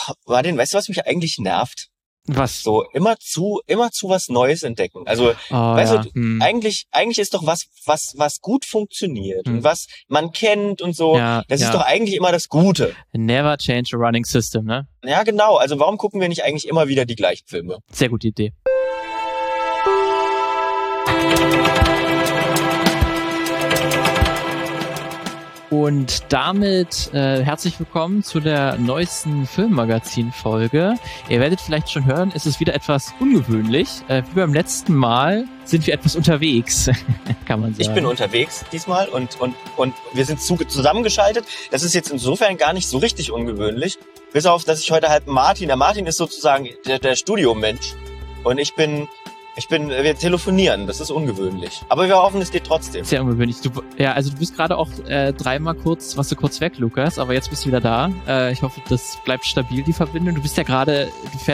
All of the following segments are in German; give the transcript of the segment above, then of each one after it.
Martin, weißt du, was mich eigentlich nervt? Was? So immer zu was Neues entdecken. Also, weißt ja. du, eigentlich ist doch was gut funktioniert und was man kennt und so. Das ist doch eigentlich immer das Gute. Never change a running system, ne? Ja, genau. Also warum gucken wir nicht eigentlich immer wieder die gleichen Filme? Sehr gute Idee. Und damit herzlich willkommen zu der neuesten Filmmagazin-Folge. Ihr werdet vielleicht schon hören, es ist wieder etwas ungewöhnlich. Wie beim letzten Mal sind wir etwas unterwegs, kann man sagen. Ich bin unterwegs diesmal und wir sind zusammengeschaltet. Das ist jetzt insofern gar nicht so richtig ungewöhnlich. Bis auf, dass ich heute halt der Martin ist sozusagen der Studiomensch und wir telefonieren, das ist ungewöhnlich. Aber wir hoffen, es geht trotzdem. Sehr ungewöhnlich. Du bist gerade auch dreimal kurz weg, Lukas, aber jetzt bist du wieder da. Ich hoffe, das bleibt stabil, die Verbindung. Du fährst gerade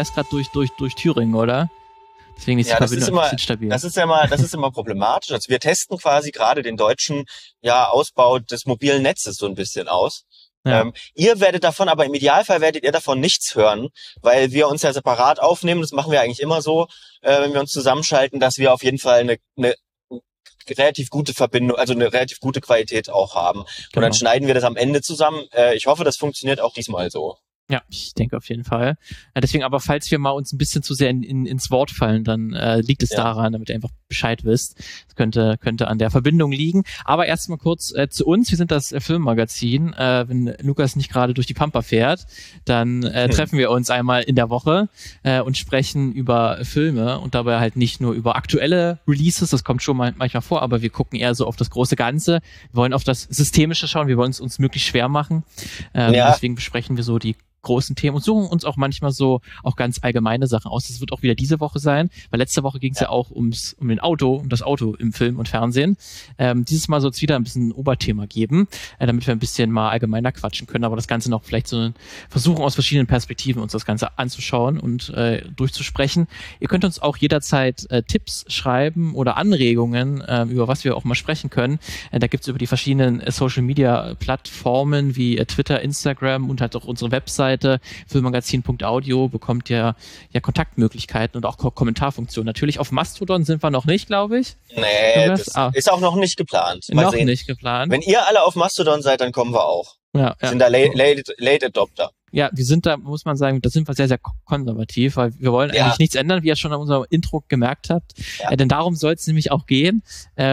durch Thüringen, oder? Deswegen ist die Verbindung ein bisschen stabil. Das ist immer problematisch. Also wir testen quasi gerade den deutschen Ausbau des mobilen Netzes so ein bisschen aus. Ja. Ihr werdet davon, aber im Idealfall werdet ihr davon nichts hören, weil wir uns ja separat aufnehmen. Das machen wir eigentlich immer so, wenn wir uns zusammenschalten, dass wir auf jeden Fall eine relativ gute Verbindung, also eine relativ gute Qualität auch haben. Genau. Und dann schneiden wir das am Ende zusammen. Ich hoffe, das funktioniert auch diesmal so. Ja, ich denke auf jeden Fall. Deswegen aber, falls wir mal uns ein bisschen zu sehr ins Wort fallen, dann liegt es daran, damit ihr einfach Bescheid wisst. Das könnte an der Verbindung liegen. Aber erstmal kurz zu uns. Wir sind das Filmmagazin. Wenn Lukas nicht gerade durch die Pampa fährt, dann treffen wir uns einmal in der Woche und sprechen über Filme und dabei halt nicht nur über aktuelle Releases, das kommt schon manchmal vor, aber wir gucken eher so auf das große Ganze. Wir wollen auf das Systemische schauen, wir wollen es uns möglichst schwer machen. Deswegen besprechen wir so die großen Themen und suchen uns auch manchmal so auch ganz allgemeine Sachen aus. Das wird auch wieder diese Woche sein, weil letzte Woche ging es ja auch um das Auto im Film und Fernsehen. Dieses Mal soll es wieder ein bisschen ein Oberthema geben, damit wir ein bisschen mal allgemeiner quatschen können, aber das Ganze noch vielleicht so versuchen, aus verschiedenen Perspektiven uns das Ganze anzuschauen und durchzusprechen. Ihr könnt uns auch jederzeit Tipps schreiben oder Anregungen, über was wir auch mal sprechen können. Da gibt es über die verschiedenen Social-Media-Plattformen wie Twitter, Instagram und halt auch unsere Website filmmagazin.audio bekommt ihr Kontaktmöglichkeiten und auch Kommentarfunktionen. Natürlich auf Mastodon sind wir noch nicht, glaube ich. Nee, das ist auch noch nicht geplant. Nicht geplant. Wenn ihr alle auf Mastodon seid, dann kommen wir auch. Ja. Wir sind da Late Adopter. Ja, wir sind da, muss man sagen, da sind wir sehr, sehr konservativ, weil wir wollen eigentlich nichts ändern, wie ihr schon an unserem Intro gemerkt habt. Denn darum soll es nämlich auch gehen.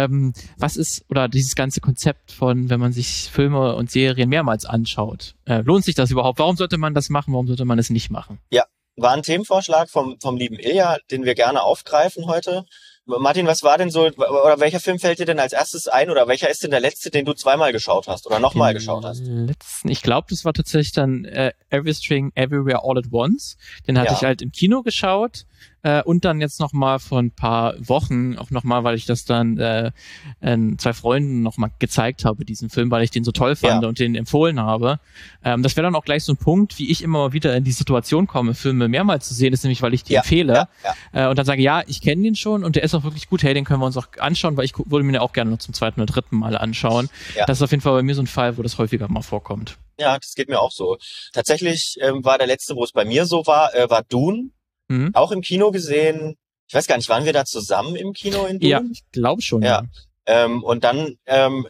Dieses ganze Konzept von, wenn man sich Filme und Serien mehrmals anschaut, lohnt sich das überhaupt? Warum sollte man das machen? Warum sollte man es nicht machen? Ja, war ein Themenvorschlag vom lieben Ilja, den wir gerne aufgreifen heute. Martin, was war denn so, oder welcher Film fällt dir denn als erstes ein, oder welcher ist denn der letzte, den du zweimal geschaut hast oder nochmal geschaut hast? Ich glaube, das war tatsächlich dann Everything Everywhere All at Once. Den hatte ich halt im Kino geschaut und dann jetzt nochmal vor ein paar Wochen, auch nochmal, weil ich das dann zwei Freunden nochmal gezeigt habe, diesen Film, weil ich den so toll fand und den empfohlen habe. Das wäre dann auch gleich so ein Punkt, wie ich immer wieder in die Situation komme, Filme mehrmals zu sehen, ist nämlich, weil ich die empfehle und dann sage, ich kenne den schon und der ist auch wirklich gut, den können wir uns auch anschauen, weil ich würde mir den auch gerne noch zum zweiten oder dritten Mal anschauen. Ja. Das ist auf jeden Fall bei mir so ein Fall, wo das häufiger mal vorkommt. Ja, das geht mir auch so. Tatsächlich war der letzte, wo es bei mir so war Dune. Auch im Kino gesehen. Ich weiß gar nicht, waren wir da zusammen im Kino in Dune? Ja, ich glaube schon. Ja. Und dann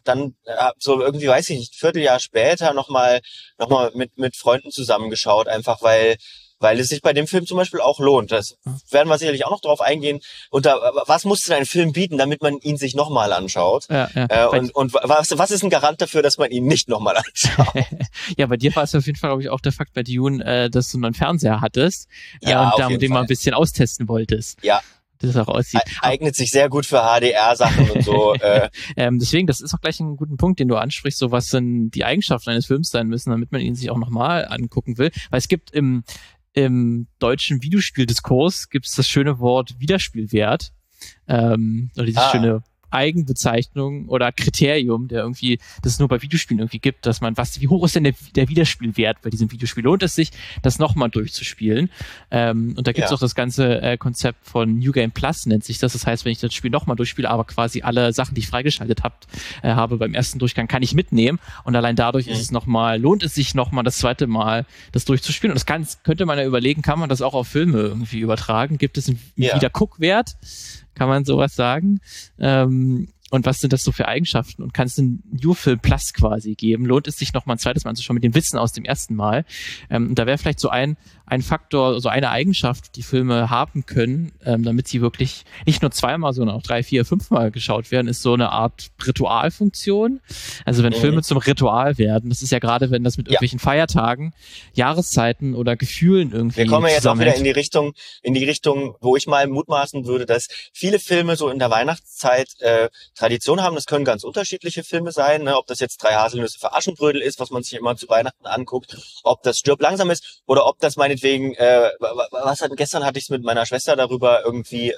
so irgendwie, weiß ich nicht, ein Vierteljahr später nochmal mit Freunden zusammengeschaut, einfach weil es sich bei dem Film zum Beispiel auch lohnt. Das werden wir sicherlich auch noch drauf eingehen. Und was muss denn ein Film bieten, damit man ihn sich nochmal anschaut? Und was ist ein Garant dafür, dass man ihn nicht nochmal anschaut? Ja, bei dir war es auf jeden Fall, glaube ich, auch der Fakt bei Dune, dass du einen Fernseher hattest und den mal ein bisschen austesten wolltest. Ja. Das auch aussieht. Eignet sich sehr gut für HDR-Sachen und so. Deswegen, das ist auch gleich ein guter Punkt, den du ansprichst, so was denn die Eigenschaften eines Films sein müssen, damit man ihn sich auch nochmal angucken will. Weil es gibt im deutschen Videospieldiskurs gibt es das schöne Wort Wiederspielwert. Oder dieses schöne Eigenbezeichnung oder Kriterium, der irgendwie, das es nur bei Videospielen irgendwie gibt, dass man, wie hoch ist denn der Wiederspielwert bei diesem Videospiel? Lohnt es sich, das nochmal durchzuspielen? Und da gibt es auch das ganze Konzept von New Game Plus, nennt sich das. Das heißt, wenn ich das Spiel nochmal durchspiele, aber quasi alle Sachen, die ich freigeschaltet habe beim ersten Durchgang, kann ich mitnehmen. Und allein dadurch ist es lohnt es sich nochmal das zweite Mal, das durchzuspielen. Und das könnte man ja überlegen, kann man das auch auf Filme irgendwie übertragen? Gibt es einen Wiederguckwert? Kann man sowas sagen? Und was sind das so für Eigenschaften? Und kann es einen New Film Plus quasi geben? Lohnt es sich noch mal ein zweites Mal anzuschauen mit dem Wissen aus dem ersten Mal? Da wäre vielleicht so ein Faktor, so eine Eigenschaft, die Filme haben können, damit sie wirklich nicht nur zweimal, sondern auch 3, 4, 5 Mal geschaut werden, ist so eine Art Ritualfunktion. Also wenn Filme zum Ritual werden, das ist ja gerade, wenn das mit irgendwelchen Feiertagen, Jahreszeiten oder Gefühlen irgendwie. Wir kommen ja jetzt auch wieder in die Richtung, wo ich mal mutmaßen würde, dass viele Filme so in der Weihnachtszeit Tradition haben. Das können ganz unterschiedliche Filme sein, ne? Ob das jetzt 3 Haselnüsse für Aschenbrödel ist, was man sich immer zu Weihnachten anguckt, ob das Stirb langsam ist oder ob das meinetwegen, gestern hatte ich es mit meiner Schwester darüber irgendwie,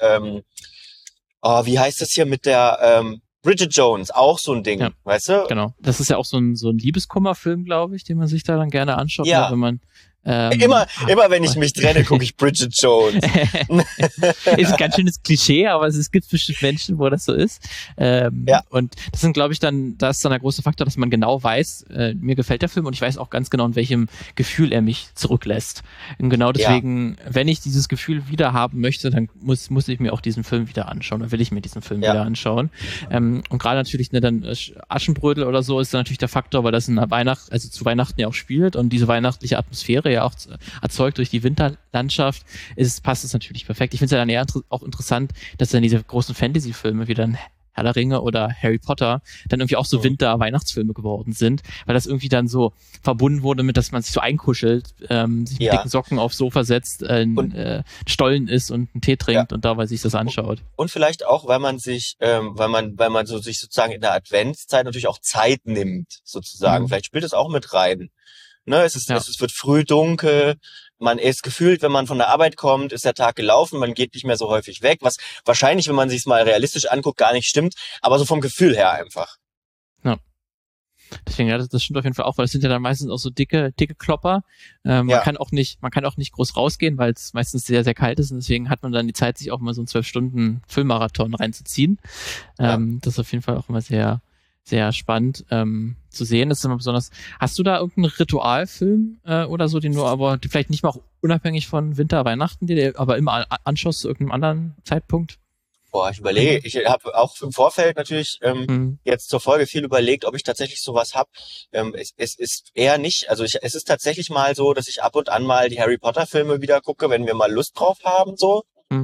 wie heißt das hier mit der Bridget Jones, auch so ein Ding, weißt du? Genau. Das ist ja auch so ein Liebeskummerfilm, glaube ich, den man sich da dann gerne anschaut, ne, wenn man immer wenn ich mich trenne, gucke ich Bridget Jones. Ist ein ganz schönes Klischee, aber es gibt bestimmt Menschen, wo das so ist. Und das sind, glaube ich, da ist dann der große Faktor, dass man genau weiß, mir gefällt der Film und ich weiß auch ganz genau, in welchem Gefühl er mich zurücklässt. Und genau deswegen, wenn ich dieses Gefühl wieder haben möchte, dann muss ich mir auch diesen Film wieder anschauen, oder will ich mir diesen Film wieder anschauen. Und gerade natürlich, dann Aschenbrödel oder so ist dann natürlich der Faktor, weil das zu Weihnachten ja auch spielt und diese weihnachtliche Atmosphäre ja auch erzeugt durch die Winterlandschaft, passt es natürlich perfekt. Ich finde es ja dann eher auch interessant, dass dann diese großen Fantasy-Filme wie dann Herr der Ringe oder Harry Potter dann irgendwie auch so Winter-Weihnachtsfilme geworden sind, weil das irgendwie dann so verbunden wurde mit, dass man sich so einkuschelt, sich mit dicken Socken aufs Sofa setzt, Stollen isst und einen Tee trinkt und dabei sich das anschaut. Und vielleicht auch, weil man sich, weil man sich sozusagen in der Adventszeit natürlich auch Zeit nimmt, sozusagen. Vielleicht spielt es auch mit rein. Ne, es wird früh dunkel, man ist gefühlt, wenn man von der Arbeit kommt, ist der Tag gelaufen, man geht nicht mehr so häufig weg, was wahrscheinlich, wenn man sich es mal realistisch anguckt, gar nicht stimmt, aber so vom Gefühl her einfach. Ja. Deswegen, das stimmt auf jeden Fall auch, weil es sind ja dann meistens auch so dicke Klopper. Man kann auch nicht groß rausgehen, weil es meistens sehr, sehr kalt ist und deswegen hat man dann die Zeit, sich auch mal so einen 12-Stunden-Filmmarathon reinzuziehen. Das ist auf jeden Fall auch immer sehr, sehr spannend zu sehen. Das ist immer besonders. Hast du da irgendeinen Ritualfilm oder so, den du aber vielleicht nicht mal auch unabhängig von Winter, Weihnachten, den du aber immer anschaust zu irgendeinem anderen Zeitpunkt? Boah, ich überlege. Ich habe auch im Vorfeld natürlich jetzt zur Folge viel überlegt, ob ich tatsächlich sowas habe. Es ist eher nicht. Also es ist tatsächlich mal so, dass ich ab und an mal die Harry Potter Filme wieder gucke, wenn wir mal Lust drauf haben, so.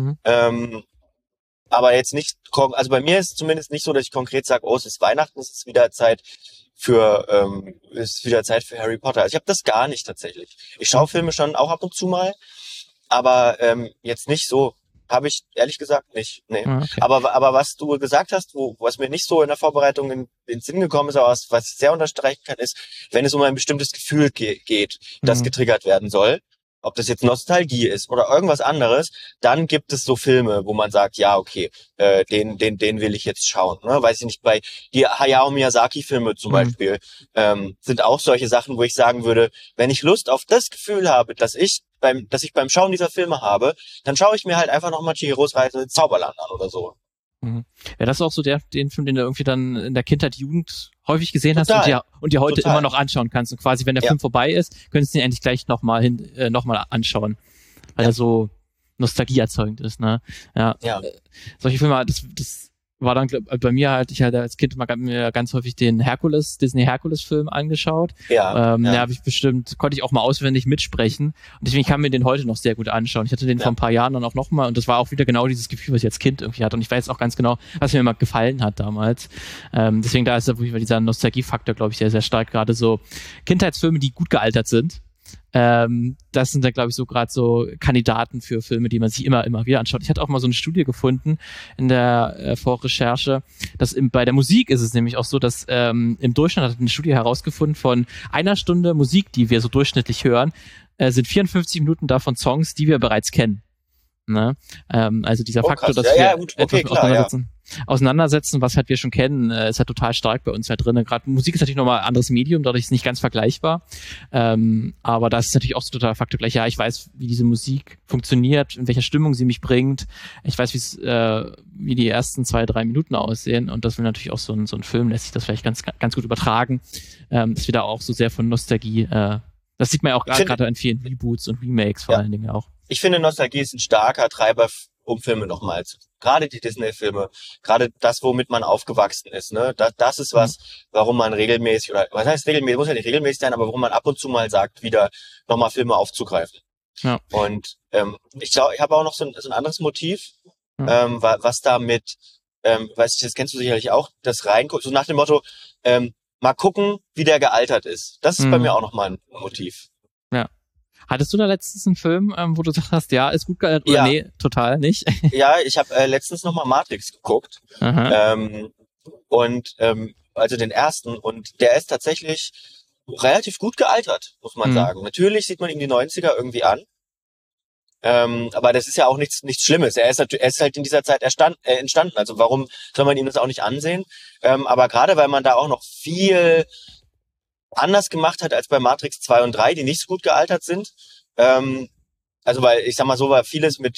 Aber jetzt nicht, also bei mir ist es zumindest nicht so, dass ich konkret sage, oh, es ist Weihnachten, es ist wieder Zeit für Harry Potter. Also ich habe das gar nicht tatsächlich. Ich schaue Filme schon auch ab und zu mal, aber jetzt nicht so. Habe ich ehrlich gesagt nicht. Nee. Okay. Aber was du gesagt hast, was mir nicht so in der Vorbereitung in den Sinn gekommen ist, aber was ich sehr unterstreichen kann, ist, wenn es um ein bestimmtes Gefühl geht, das getriggert werden soll, ob das jetzt Nostalgie ist oder irgendwas anderes, dann gibt es so Filme, wo man sagt, ja, okay, den will ich jetzt schauen. Ne? Weiß ich nicht, bei die Hayao Miyazaki-Filme zum Beispiel sind auch solche Sachen, wo ich sagen würde, wenn ich Lust auf das Gefühl habe, dass ich beim Schauen dieser Filme habe, dann schaue ich mir halt einfach nochmal Chihiros Reise ins Zauberland an oder so. Ja, das ist auch so den Film, den du irgendwie dann in der Kindheit, Jugend häufig gesehen hast und dir heute immer noch anschauen kannst. Und quasi, wenn der Film vorbei ist, könntest du ihn endlich gleich nochmal anschauen. Weil er so nostalgieerzeugend ist, ne? Ja. Solche Filme, das war dann bei mir halt, ich hatte als Kind mir ganz häufig den Disney Herkules-Film angeschaut. Konnte ich auch mal auswendig mitsprechen. Und deswegen kann mir den heute noch sehr gut anschauen. Ich hatte den vor ein paar Jahren dann auch nochmal und das war auch wieder genau dieses Gefühl, was ich als Kind irgendwie hatte. Und ich weiß auch ganz genau, was mir immer gefallen hat damals. Deswegen da ist dieser Nostalgiefaktor, glaube ich, sehr, sehr stark. Gerade so Kindheitsfilme, die gut gealtert sind. Das sind da, glaube ich, so gerade so Kandidaten für Filme, die man sich immer wieder anschaut. Ich hatte auch mal so eine Studie gefunden in der Vorrecherche, dass bei der Musik ist es nämlich auch so, dass im Durchschnitt hat eine Studie herausgefunden, von einer Stunde Musik, die wir so durchschnittlich hören, sind 54 Minuten davon Songs, die wir bereits kennen. Ne? Also dieser Faktor, dass wir etwas auseinandersetzen. auseinandersetzen, was halt wir schon kennen, ist halt total stark bei uns halt drin. Gerade Musik ist natürlich nochmal ein anderes Medium, dadurch ist es nicht ganz vergleichbar. Aber das ist natürlich auch so total Faktor gleich. Ja, ich weiß, wie diese Musik funktioniert, in welcher Stimmung sie mich bringt. Ich weiß, wie die ersten 2-3 Minuten aussehen. Und das will natürlich auch so ein Film, lässt sich das vielleicht ganz gut übertragen, dass wir da auch so sehr von Nostalgie, das sieht man ja auch gerade an vielen Reboots und Remakes vor allen Dingen auch. Ich finde, Nostalgie ist ein starker Treiber, um Filme nochmal zu. Gerade die Disney-Filme, gerade das, womit man aufgewachsen ist, ne? Das ist was, warum man regelmäßig, oder was heißt regelmäßig, muss ja nicht regelmäßig sein, aber warum man ab und zu mal sagt, wieder nochmal Filme aufzugreifen. Ja. Und ich glaube, ich habe auch noch so ein anderes Motiv, was da mit, weiß ich, das kennst du sicherlich auch, das reinguckt, so nach dem Motto, mal gucken, wie der gealtert ist. Das ist bei mir auch nochmal ein Motiv. Ja. Hattest du da letztens einen Film, wo du gesagt hast, ja, ist gut gealtert oder nee, total nicht? Ja, ich habe letztens nochmal Matrix geguckt. Also den ersten, und der ist tatsächlich relativ gut gealtert, muss man sagen. Natürlich sieht man ihm die 90er irgendwie an. Aber das ist ja auch nichts Schlimmes. Er ist halt in dieser Zeit entstanden. Also warum soll man ihm das auch nicht ansehen? Aber gerade weil man da auch noch viel anders gemacht hat als bei Matrix 2 und 3, die nicht so gut gealtert sind. Also weil, ich sag mal so, war vieles mit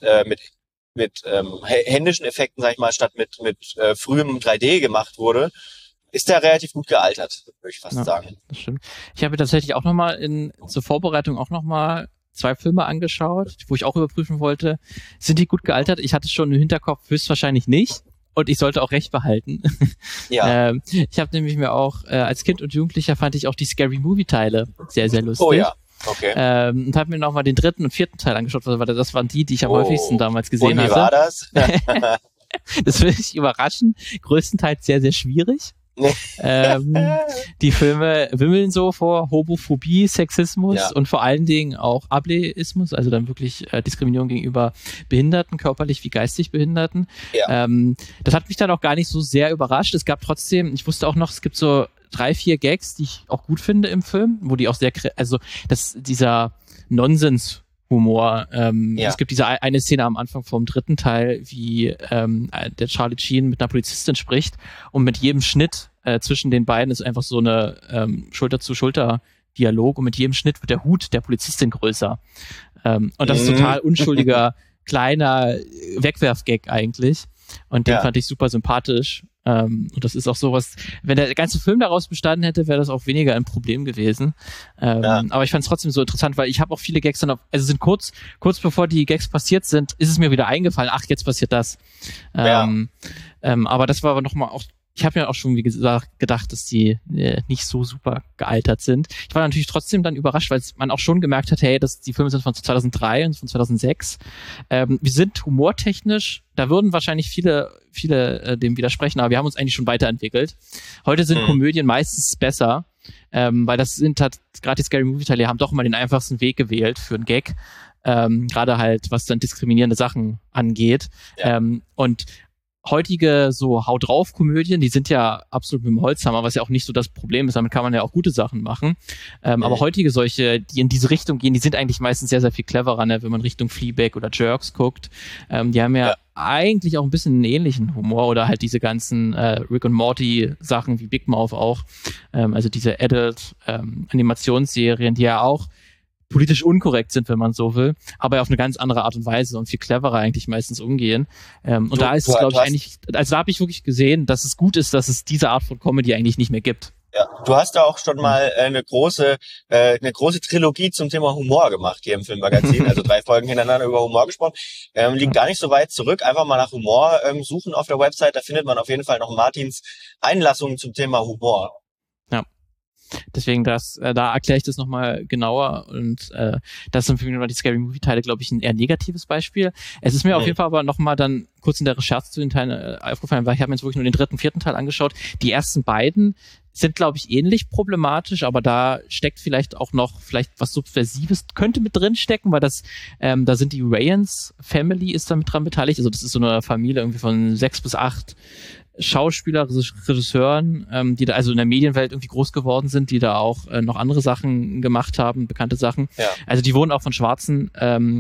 händischen Effekten, sag ich mal, statt mit frühem 3D gemacht wurde, ist der relativ gut gealtert, würde ich fast sagen. Das stimmt. Ich habe tatsächlich auch nochmal zur Vorbereitung auch nochmal 2 Filme angeschaut, wo ich auch überprüfen wollte, sind die gut gealtert? Ich hatte schon im Hinterkopf, höchstwahrscheinlich nicht. Und ich sollte auch recht behalten. Ja. Ich habe nämlich mir auch, als Kind und Jugendlicher fand ich auch die Scary Movie-Teile sehr, sehr lustig. Oh ja, okay. Und habe mir nochmal den 3. und 4. Teil angeschaut, weil das waren die ich am häufigsten damals gesehen hatte. Und wie war das? Das will ich überraschen. Größtenteils sehr, sehr schwierig. Die Filme wimmeln so vor Homophobie, Sexismus und vor allen Dingen auch Ableismus, also dann wirklich Diskriminierung gegenüber Behinderten, körperlich wie geistig Behinderten. Ja. Das hat mich dann auch gar nicht so sehr überrascht. Es gab trotzdem, ich wusste auch noch, es gibt so 3-4 Gags, die ich auch gut finde im Film, wo die auch sehr, also dieser Nonsens Humor. Es gibt diese eine Szene am Anfang vom 3. Teil, wie der Charlie Sheen mit einer Polizistin spricht und mit jedem Schnitt zwischen den beiden ist einfach so eine Schulter-zu-Schulter-Dialog und mit jedem Schnitt wird der Hut der Polizistin größer. Und das ist total unschuldiger, kleiner Wegwerfgag eigentlich. Und den fand ich super sympathisch. Und das ist auch sowas, wenn der ganze Film daraus bestanden hätte, wäre das auch weniger ein Problem gewesen. Aber ich fand es trotzdem so interessant, weil ich habe auch viele Gags dann sind kurz bevor die Gags passiert sind, ist es mir wieder eingefallen, ach, jetzt passiert das. Aber das war aber nochmal auch, ich habe mir auch schon, wie gesagt, gedacht, dass die nicht so super gealtert sind. Ich war natürlich trotzdem dann überrascht, weil man auch schon gemerkt hat, hey, die Filme sind von 2003 und von 2006. Wir sind humortechnisch, da würden wahrscheinlich viele dem widersprechen, aber wir haben uns eigentlich schon weiterentwickelt. Heute sind Komödien meistens besser, weil das sind halt, gerade die Scary Movie-Teile haben doch mal den einfachsten Weg gewählt für einen Gag, gerade halt, was dann diskriminierende Sachen angeht. Und heutige so Hau drauf Komödien, die sind ja absolut mit dem Holzhammer, was ja auch nicht so das Problem ist, damit kann man ja auch gute Sachen machen. Aber heutige solche, die in diese Richtung gehen, die sind eigentlich meistens sehr, sehr viel cleverer, ne? Wenn man Richtung Fleabag oder Jerks guckt. Die haben ja eigentlich auch ein bisschen einen ähnlichen Humor oder halt diese ganzen Rick und Morty Sachen wie Big Mouth auch. Also diese Adult Animationsserien, die ja auch politisch unkorrekt sind, wenn man so will, aber auf eine ganz andere Art und Weise und viel cleverer eigentlich meistens umgehen. Und da ist es, glaube ich, eigentlich, also da habe ich wirklich gesehen, dass es gut ist, dass es diese Art von Comedy eigentlich nicht mehr gibt. Ja, du hast da auch schon mal eine große Trilogie zum Thema Humor gemacht hier im Filmmagazin, also 3 Folgen hintereinander über Humor gesprochen. Liegt gar nicht so weit zurück, einfach mal nach Humor suchen auf der Website, da findet man auf jeden Fall noch Martins Einlassungen zum Thema Humor. Deswegen da erkläre ich das nochmal genauer und das sind für mich die Scary Movie Teile, glaube ich, ein eher negatives Beispiel. Es ist mir auf jeden Fall aber nochmal dann kurz in der Recherche zu den Teilen aufgefallen, weil ich habe mir jetzt wirklich nur den 3., 4. Teil angeschaut. Die ersten beiden sind, glaube ich, ähnlich problematisch, aber da steckt vielleicht auch noch was Subversives, könnte mit drin stecken, weil da sind die Wayans Family ist da mit dran beteiligt. Also das ist so eine Familie irgendwie von 6 bis 8 Schauspieler, Regisseuren, die da also in der Medienwelt irgendwie groß geworden sind, die da auch noch andere Sachen gemacht haben, bekannte Sachen. Ja. Also die wurden auch von Schwarzen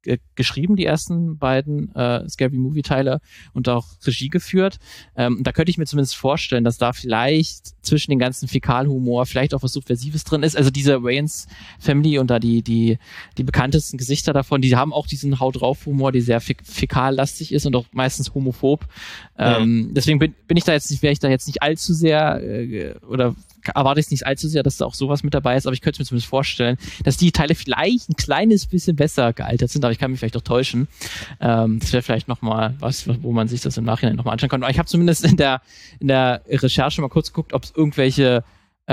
geschrieben, die ersten beiden Scary Movie-Teile, und auch Regie geführt. Da könnte ich mir zumindest vorstellen, dass da vielleicht zwischen den ganzen Fäkalhumor vielleicht auch was Subversives drin ist. Also diese Wayans Family und da die bekanntesten Gesichter davon, die haben auch diesen Haut-drauf-Humor, der sehr fäkallastig ist und auch meistens homophob. Deswegen wäre ich da jetzt nicht allzu sehr oder erwarte ich nicht allzu sehr, dass da auch sowas mit dabei ist, aber ich könnte mir zumindest vorstellen, dass die Teile vielleicht ein kleines bisschen besser gealtert sind, aber ich kann mich vielleicht auch täuschen. Das wäre vielleicht nochmal was, wo man sich das im Nachhinein nochmal anschauen kann. Aber ich habe zumindest in der Recherche mal kurz geguckt, ob es irgendwelche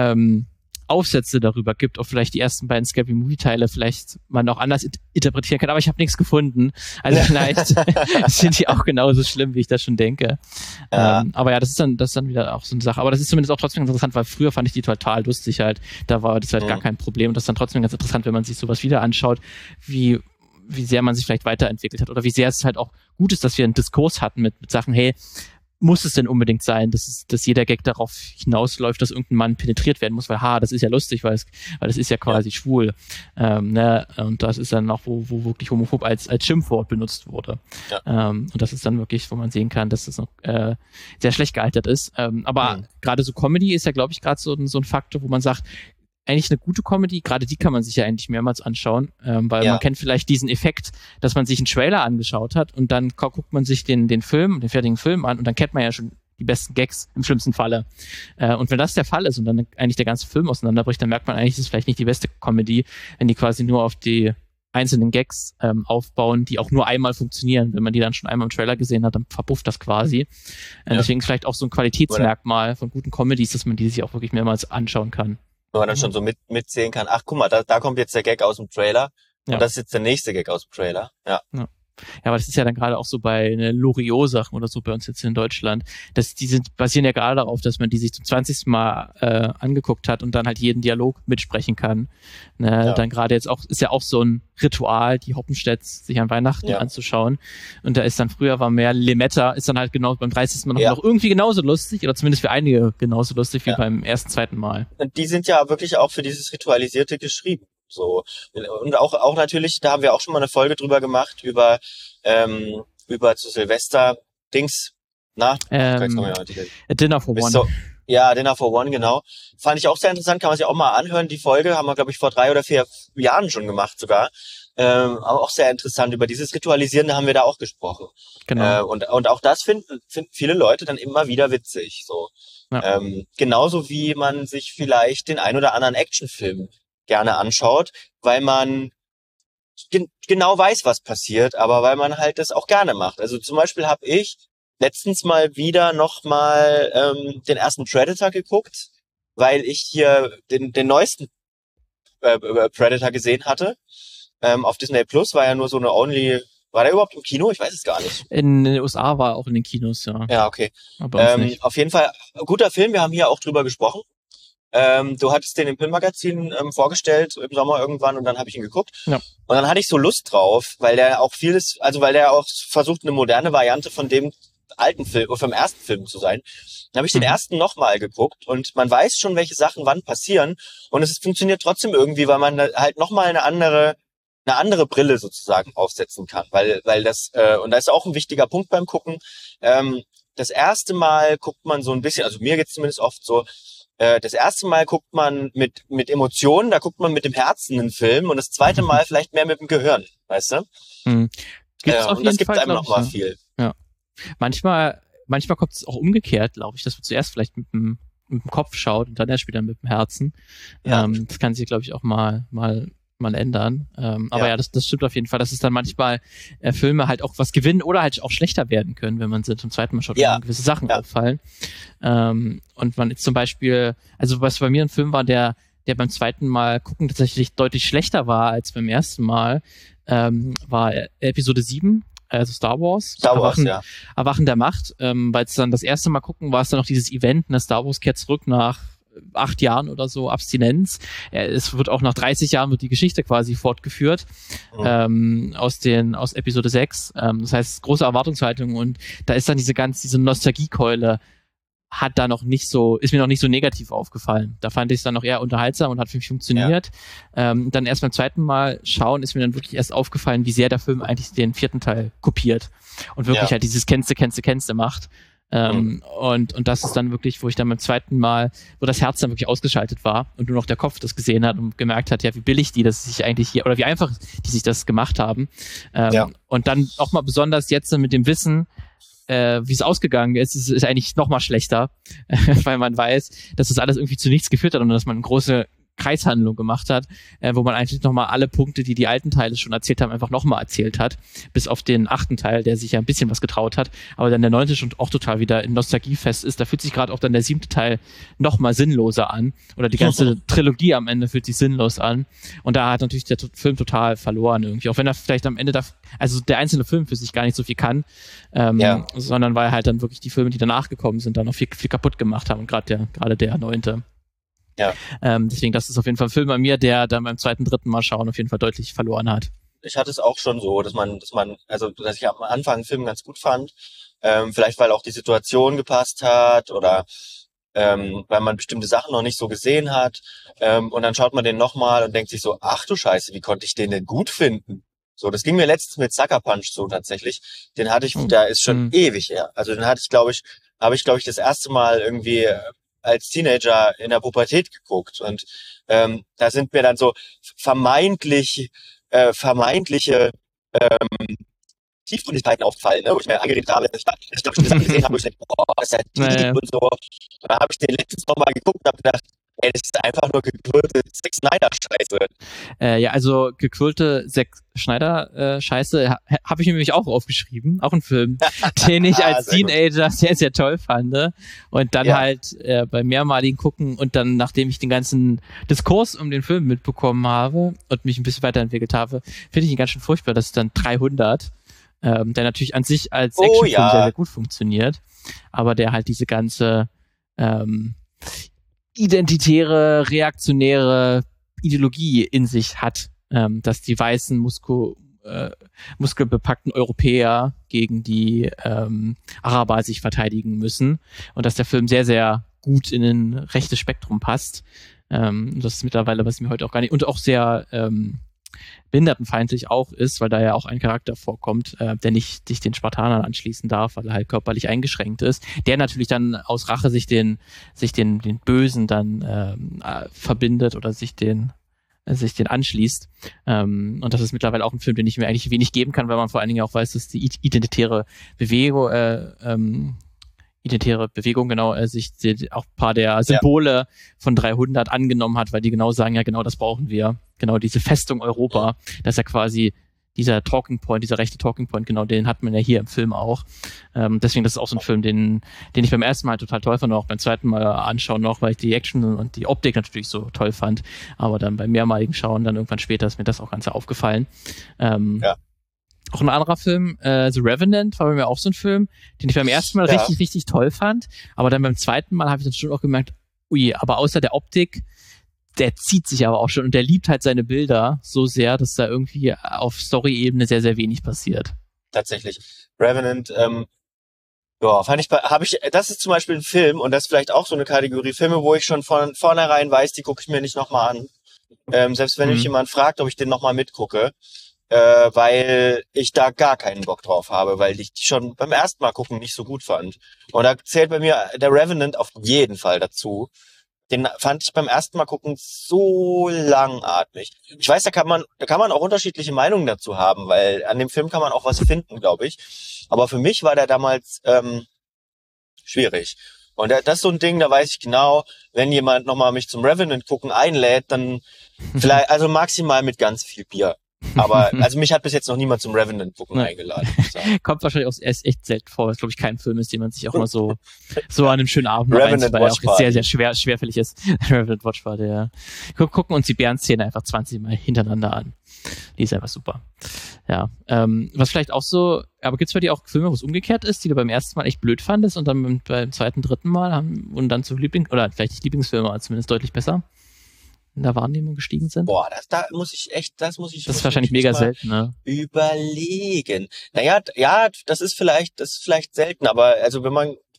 Aufsätze darüber gibt, ob vielleicht die ersten beiden Scary Movie Teile vielleicht man auch anders interpretieren kann, aber ich habe nichts gefunden. Also vielleicht sind die auch genauso schlimm, wie ich das schon denke. Ja. Aber ja, das ist dann wieder auch so eine Sache. Aber das ist zumindest auch trotzdem ganz interessant, weil früher fand ich die total lustig halt. Da war das halt gar kein Problem. Und das ist dann trotzdem ganz interessant, wenn man sich sowas wieder anschaut, wie sehr man sich vielleicht weiterentwickelt hat oder wie sehr es halt auch gut ist, dass wir einen Diskurs hatten mit Sachen, hey, muss es denn unbedingt sein, dass jeder Gag darauf hinausläuft, dass irgendein Mann penetriert werden muss, weil das ist ja lustig, weil das ist ja quasi schwul. Ne? Und das ist dann auch, wo wirklich homophob als Schimpfwort benutzt wurde. Ja. Und das ist dann wirklich, wo man sehen kann, dass das noch sehr schlecht gealtert ist. Aber gerade so Comedy ist ja, glaube ich, gerade so ein Faktor, wo man sagt, eigentlich eine gute Comedy, gerade die kann man sich ja eigentlich mehrmals anschauen, weil man kennt vielleicht diesen Effekt, dass man sich einen Trailer angeschaut hat und dann guckt man sich den fertigen Film an und dann kennt man ja schon die besten Gags im schlimmsten Falle. Und wenn das der Fall ist und dann eigentlich der ganze Film auseinanderbricht, dann merkt man eigentlich, das ist vielleicht nicht die beste Comedy, wenn die quasi nur auf die einzelnen Gags aufbauen, die auch nur einmal funktionieren. Wenn man die dann schon einmal im Trailer gesehen hat, dann verpufft das quasi. Deswegen ist vielleicht auch so ein Qualitätsmerkmal von guten Comedies, dass man die sich auch wirklich mehrmals anschauen kann. Wo man dann schon so mitsehen kann, ach guck mal, da kommt jetzt der Gag aus dem Trailer und das ist jetzt der nächste Gag aus dem Trailer. Ja, aber das ist ja dann gerade auch so bei Loriot-Sachen oder so bei uns jetzt in Deutschland, basieren ja gerade darauf, dass man die sich zum 20. Mal angeguckt hat und dann halt jeden Dialog mitsprechen kann. Dann gerade jetzt auch, ist ja auch so ein Ritual, die Hoppenstedts sich an Weihnachten anzuschauen. Und da ist dann früher war mehr Limetta, ist dann halt genau beim 30. Mal noch irgendwie genauso lustig oder zumindest für einige genauso lustig wie beim ersten, zweiten Mal. Und die sind ja wirklich auch für dieses Ritualisierte geschrieben. So. Und auch natürlich, da haben wir auch schon mal eine Folge drüber gemacht, über zu Silvester Dings, Dinner for One. Dinner for One, genau. Fand ich auch sehr interessant, kann man sich auch mal anhören. Die Folge haben wir, glaube ich, vor 3 oder 4 Jahren schon gemacht sogar. Aber auch sehr interessant. Über dieses Ritualisieren haben wir da auch gesprochen. Genau. Und auch das finden viele Leute dann immer wieder witzig. So. Ja. Genauso wie man sich vielleicht den ein oder anderen Actionfilm gerne anschaut, weil man genau weiß, was passiert, aber weil man halt das auch gerne macht. Also zum Beispiel habe ich letztens mal wieder nochmal den ersten Predator geguckt, weil ich hier den neuesten Predator gesehen hatte. Auf Disney Plus war ja nur so eine war der überhaupt im Kino? Ich weiß es gar nicht. In den USA war er auch in den Kinos, ja. Ja, okay. Aber nicht. Auf jeden Fall guter Film, wir haben hier auch drüber gesprochen. Du hattest den im Filmmagazin vorgestellt im Sommer irgendwann und dann habe ich ihn geguckt. Ja. Und dann hatte ich so Lust drauf, weil der auch versucht, eine moderne Variante von dem alten Film, oder vom ersten Film zu sein. Dann habe ich den ersten nochmal geguckt und man weiß schon, welche Sachen wann passieren und es funktioniert trotzdem irgendwie, weil man halt nochmal eine andere Brille sozusagen aufsetzen kann, weil das, und da ist auch ein wichtiger Punkt beim Gucken, das erste Mal guckt man so ein bisschen, also mir geht's zumindest oft so, das erste Mal guckt man mit Emotionen, da guckt man mit dem Herzen einen Film und das zweite Mal vielleicht mehr mit dem Gehirn, weißt du? Gibt's auf und jeden das gibt Fall, einem nochmal viel. Ja. Manchmal kommt es auch umgekehrt, glaube ich, dass man zuerst vielleicht mit dem Kopf schaut und dann erst wieder mit dem Herzen. Ja. Das kann sich, glaube ich, auch mal ändern. Aber ja, das stimmt auf jeden Fall, dass es dann manchmal Filme halt auch was gewinnen oder halt auch schlechter werden können, wenn man sie zum zweiten Mal schaut, wenn gewisse Sachen auffallen. Und man jetzt zum Beispiel, also was bei mir ein Film war, der beim zweiten Mal gucken tatsächlich deutlich schlechter war als beim ersten Mal, war Episode 7, also Star Wars, Erwachen der Macht, weil es dann das erste Mal gucken war es dann noch dieses Event, Star Wars kehrt zurück nach 8 Jahren oder so Abstinenz. Es wird auch nach 30 Jahren wird die Geschichte quasi fortgeführt, aus Episode 6. Das heißt, große Erwartungshaltung und da ist dann diese Nostalgiekeule ist mir noch nicht so negativ aufgefallen. Da fand ich es dann noch eher unterhaltsam und hat für mich funktioniert. Dann erst beim zweiten Mal schauen ist mir dann wirklich erst aufgefallen, wie sehr der Film eigentlich den vierten Teil kopiert und wirklich halt dieses Kennste macht. Und das ist dann wirklich, wo ich dann beim zweiten Mal, wo das Herz dann wirklich ausgeschaltet war und nur noch der Kopf das gesehen hat und gemerkt hat, ja, wie billig die das sich eigentlich hier, oder wie einfach die sich das gemacht haben. Und dann auch mal besonders jetzt mit dem Wissen, wie es ausgegangen ist eigentlich noch mal schlechter, weil man weiß, dass das alles irgendwie zu nichts geführt hat und dass man eine große Kreishandlung gemacht hat, wo man eigentlich nochmal alle Punkte, die alten Teile schon erzählt haben, einfach nochmal erzählt hat, bis auf den 8. Teil, der sich ja ein bisschen was getraut hat, aber dann der 9. schon auch total wieder in Nostalgiefest ist. Da fühlt sich gerade auch dann der 7. Teil nochmal sinnloser an, oder die ganze Trilogie am Ende fühlt sich sinnlos an, und da hat natürlich der Film total verloren irgendwie, auch wenn er vielleicht am Ende also der einzelne Film für sich gar nicht so viel kann, sondern weil halt dann wirklich die Filme, die danach gekommen sind, dann noch viel kaputt gemacht haben, und gerade der 9. Ja. Deswegen, das ist auf jeden Fall ein Film bei mir, der dann beim 2., 3. Mal schauen auf jeden Fall deutlich verloren hat. Ich hatte es auch schon so, dass ich am Anfang einen Film ganz gut fand, vielleicht weil auch die Situation gepasst hat oder weil man bestimmte Sachen noch nicht so gesehen hat, und dann schaut man den nochmal und denkt sich so, ach du Scheiße, wie konnte ich den denn gut finden? So, das ging mir letztens mit Sucker Punch so tatsächlich. Den hatte ich, der ist schon ewig her. Also den habe ich, glaube ich, das erste Mal irgendwie als Teenager in der Pubertät geguckt, und da sind mir dann so vermeintliche Tiefgründigkeiten aufgefallen, ne, wo ich mir angeredet habe, ich glaube schon das gesehen habe, wo ich dachte, das ist ja tief und so. Und dann habe ich den letztens nochmal geguckt und habe gedacht, ey, das ist einfach nur gequirlte Zack Snyder-Scheiße. Also gequirlte Zack Snyder-Scheiße habe ich mir nämlich auch aufgeschrieben. Auch ein Film, den ich als Teenager sehr, sehr toll fand. Und dann halt beim mehrmaligen Gucken und dann, nachdem ich den ganzen Diskurs um den Film mitbekommen habe und mich ein bisschen weiterentwickelt habe, finde ich ihn ganz schön furchtbar. Das ist dann 300, der natürlich an sich als Actionfilm sehr, sehr gut funktioniert, aber der halt diese ganze identitäre, reaktionäre Ideologie in sich hat, dass die weißen, muskelbepackten Europäer gegen die Araber sich verteidigen müssen, und dass der Film sehr, sehr gut in ein rechtes Spektrum passt. Das ist mittlerweile, was mir heute auch gar nicht, und auch sehr behindertenfeindlich auch ist, weil da ja auch ein Charakter vorkommt, der nicht sich den Spartanern anschließen darf, weil er halt körperlich eingeschränkt ist, der natürlich dann aus Rache sich den Bösen dann verbindet oder sich den anschließt. Und das ist mittlerweile auch ein Film, den ich mir eigentlich wenig geben kann, weil man vor allen Dingen auch weiß, dass die identitäre Bewegung, sich auch ein paar der Symbole von 300 angenommen hat, weil die genau sagen, ja genau, das brauchen wir. Genau diese Festung Europa, das ist ja quasi dieser Talking Point, dieser rechte Talking Point, genau den hat man ja hier im Film auch. Deswegen, das ist auch so ein Film, den ich beim ersten Mal total toll fand und auch beim zweiten Mal anschauen noch, weil ich die Action und die Optik natürlich so toll fand. Aber dann beim mehrmaligen Schauen, dann irgendwann später ist mir das auch ganz aufgefallen. Auch ein anderer Film, The Revenant, war bei mir auch so ein Film, den ich beim ersten Mal richtig, richtig toll fand. Aber dann beim zweiten Mal habe ich dann schon auch gemerkt, ui, aber außer der Optik, der zieht sich aber auch schon und der liebt halt seine Bilder so sehr, dass da irgendwie auf Story-Ebene sehr, sehr wenig passiert. Tatsächlich. Revenant, das ist zum Beispiel ein Film, und das ist vielleicht auch so eine Kategorie Filme, wo ich schon von vornherein weiß, die gucke ich mir nicht nochmal an. Selbst wenn mich jemand fragt, ob ich den nochmal mitgucke, weil ich da gar keinen Bock drauf habe, weil ich die schon beim ersten Mal gucken nicht so gut fand. Und da zählt bei mir der Revenant auf jeden Fall dazu. Den fand ich beim ersten Mal gucken so langatmig. Ich weiß, da kann man auch unterschiedliche Meinungen dazu haben, weil an dem Film kann man auch was finden, glaube ich. Aber für mich war der damals schwierig. Und das ist so ein Ding, da weiß ich genau, wenn jemand nochmal mich zum Revenant gucken einlädt, dann vielleicht, also maximal mit ganz viel Bier. Aber also mich hat bis jetzt noch niemand zum Revenant gucken eingeladen. Kommt wahrscheinlich auch erst echt selten vor, weil es glaube ich kein Film ist, den man sich auch mal so an einem schönen Abend reinzieht, weil er auch sehr, sehr schwerfällig ist. Revenant Watch Party, ja. Gucken uns die Bärenszene einfach 20 Mal hintereinander an. Die ist einfach super. Ja. Was vielleicht auch so, aber gibt's bei dir auch Filme, wo es umgekehrt ist, die du beim ersten Mal echt blöd fandest und dann beim zweiten, dritten Mal und dann zu oder vielleicht nicht Lieblingsfilme, aber zumindest deutlich besser in der Wahrnehmung gestiegen sind? Boah, das muss ich. Das ist wahrscheinlich mega selten, ne? Überlegen. Naja, ja, das ist vielleicht selten, aber also wenn man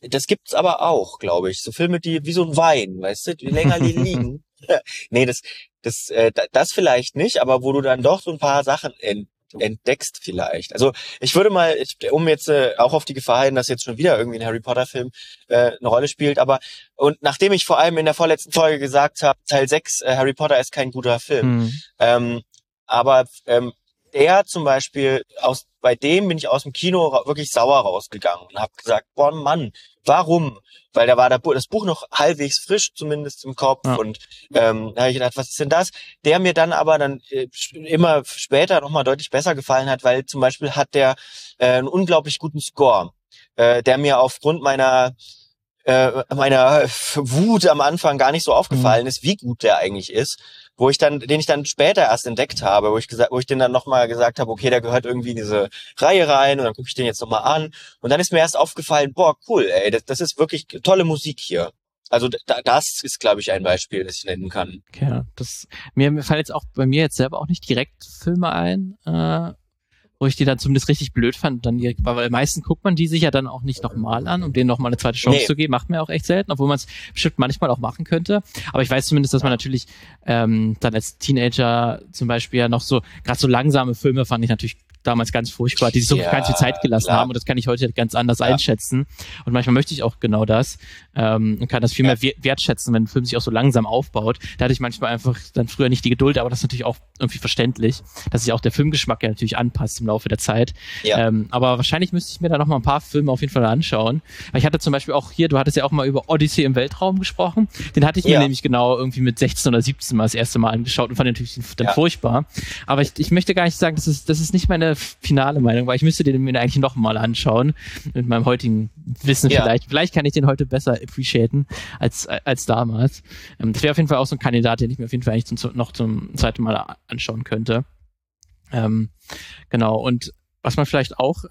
Das gibt's aber auch, glaube ich. So Filme, die wie so ein Wein, weißt du, die länger liegen. Nee, das vielleicht nicht, aber wo du dann doch so ein paar Sachen entdeckst vielleicht. Also ich würde mal, um jetzt auch auf die Gefahr hin, dass jetzt schon wieder irgendwie ein Harry Potter Film eine Rolle spielt, aber und nachdem ich vor allem in der vorletzten Folge gesagt habe, Teil 6, Harry Potter ist kein guter Film, aber der zum Beispiel, bei dem bin ich aus dem Kino wirklich sauer rausgegangen und habe gesagt, boah Mann, warum? Weil da war das Buch noch halbwegs frisch, zumindest im Kopf. Ja. Und da habe ich gedacht, was ist denn das? Der mir dann aber immer später nochmal deutlich besser gefallen hat, weil zum Beispiel hat der einen unglaublich guten Score, der mir aufgrund meiner Wut am Anfang gar nicht so aufgefallen ist, wie gut der eigentlich ist, den ich dann später erst entdeckt habe, wo ich den dann nochmal gesagt habe, okay, der gehört irgendwie in diese Reihe rein und dann gucke ich den jetzt nochmal an und dann ist mir erst aufgefallen, boah, cool, ey, das ist wirklich tolle Musik hier. Also das ist, glaube ich, ein Beispiel, das ich nennen kann. Ja, mir fallen jetzt auch bei mir jetzt selber auch nicht direkt Filme ein, wo ich die dann zumindest richtig blöd fand, weil meistens guckt man die sich ja dann auch nicht nochmal an, um denen nochmal eine zweite Chance zu geben, macht man ja auch echt selten, obwohl man es bestimmt manchmal auch machen könnte. Aber ich weiß zumindest, dass man natürlich dann als Teenager zum Beispiel ja noch so, gerade so langsame Filme fand ich natürlich damals ganz furchtbar, die sich so ganz viel Zeit gelassen haben und das kann ich heute ganz anders einschätzen und manchmal möchte ich auch genau das und kann das viel mehr wertschätzen, wenn ein Film sich auch so langsam aufbaut. Da hatte ich manchmal einfach dann früher nicht die Geduld, aber das ist natürlich auch irgendwie verständlich, dass sich auch der Filmgeschmack ja natürlich anpasst im Laufe der Zeit. Ja. Aber wahrscheinlich müsste ich mir da noch mal ein paar Filme auf jeden Fall anschauen. Weil ich hatte zum Beispiel auch hier, du hattest ja auch mal über Odyssey im Weltraum gesprochen, den hatte ich mir nämlich genau irgendwie mit 16 oder 17 mal das erste Mal angeschaut und fand den natürlich dann furchtbar. Aber ich möchte gar nicht sagen, das ist nicht meine finale Meinung, weil ich müsste den mir eigentlich noch mal anschauen mit meinem heutigen Wissen vielleicht. Vielleicht kann ich den heute besser appreciaten als damals. Das wäre auf jeden Fall auch so ein Kandidat, den ich mir auf jeden Fall eigentlich noch zum zweiten Mal anschauen könnte. Genau, und was man vielleicht auch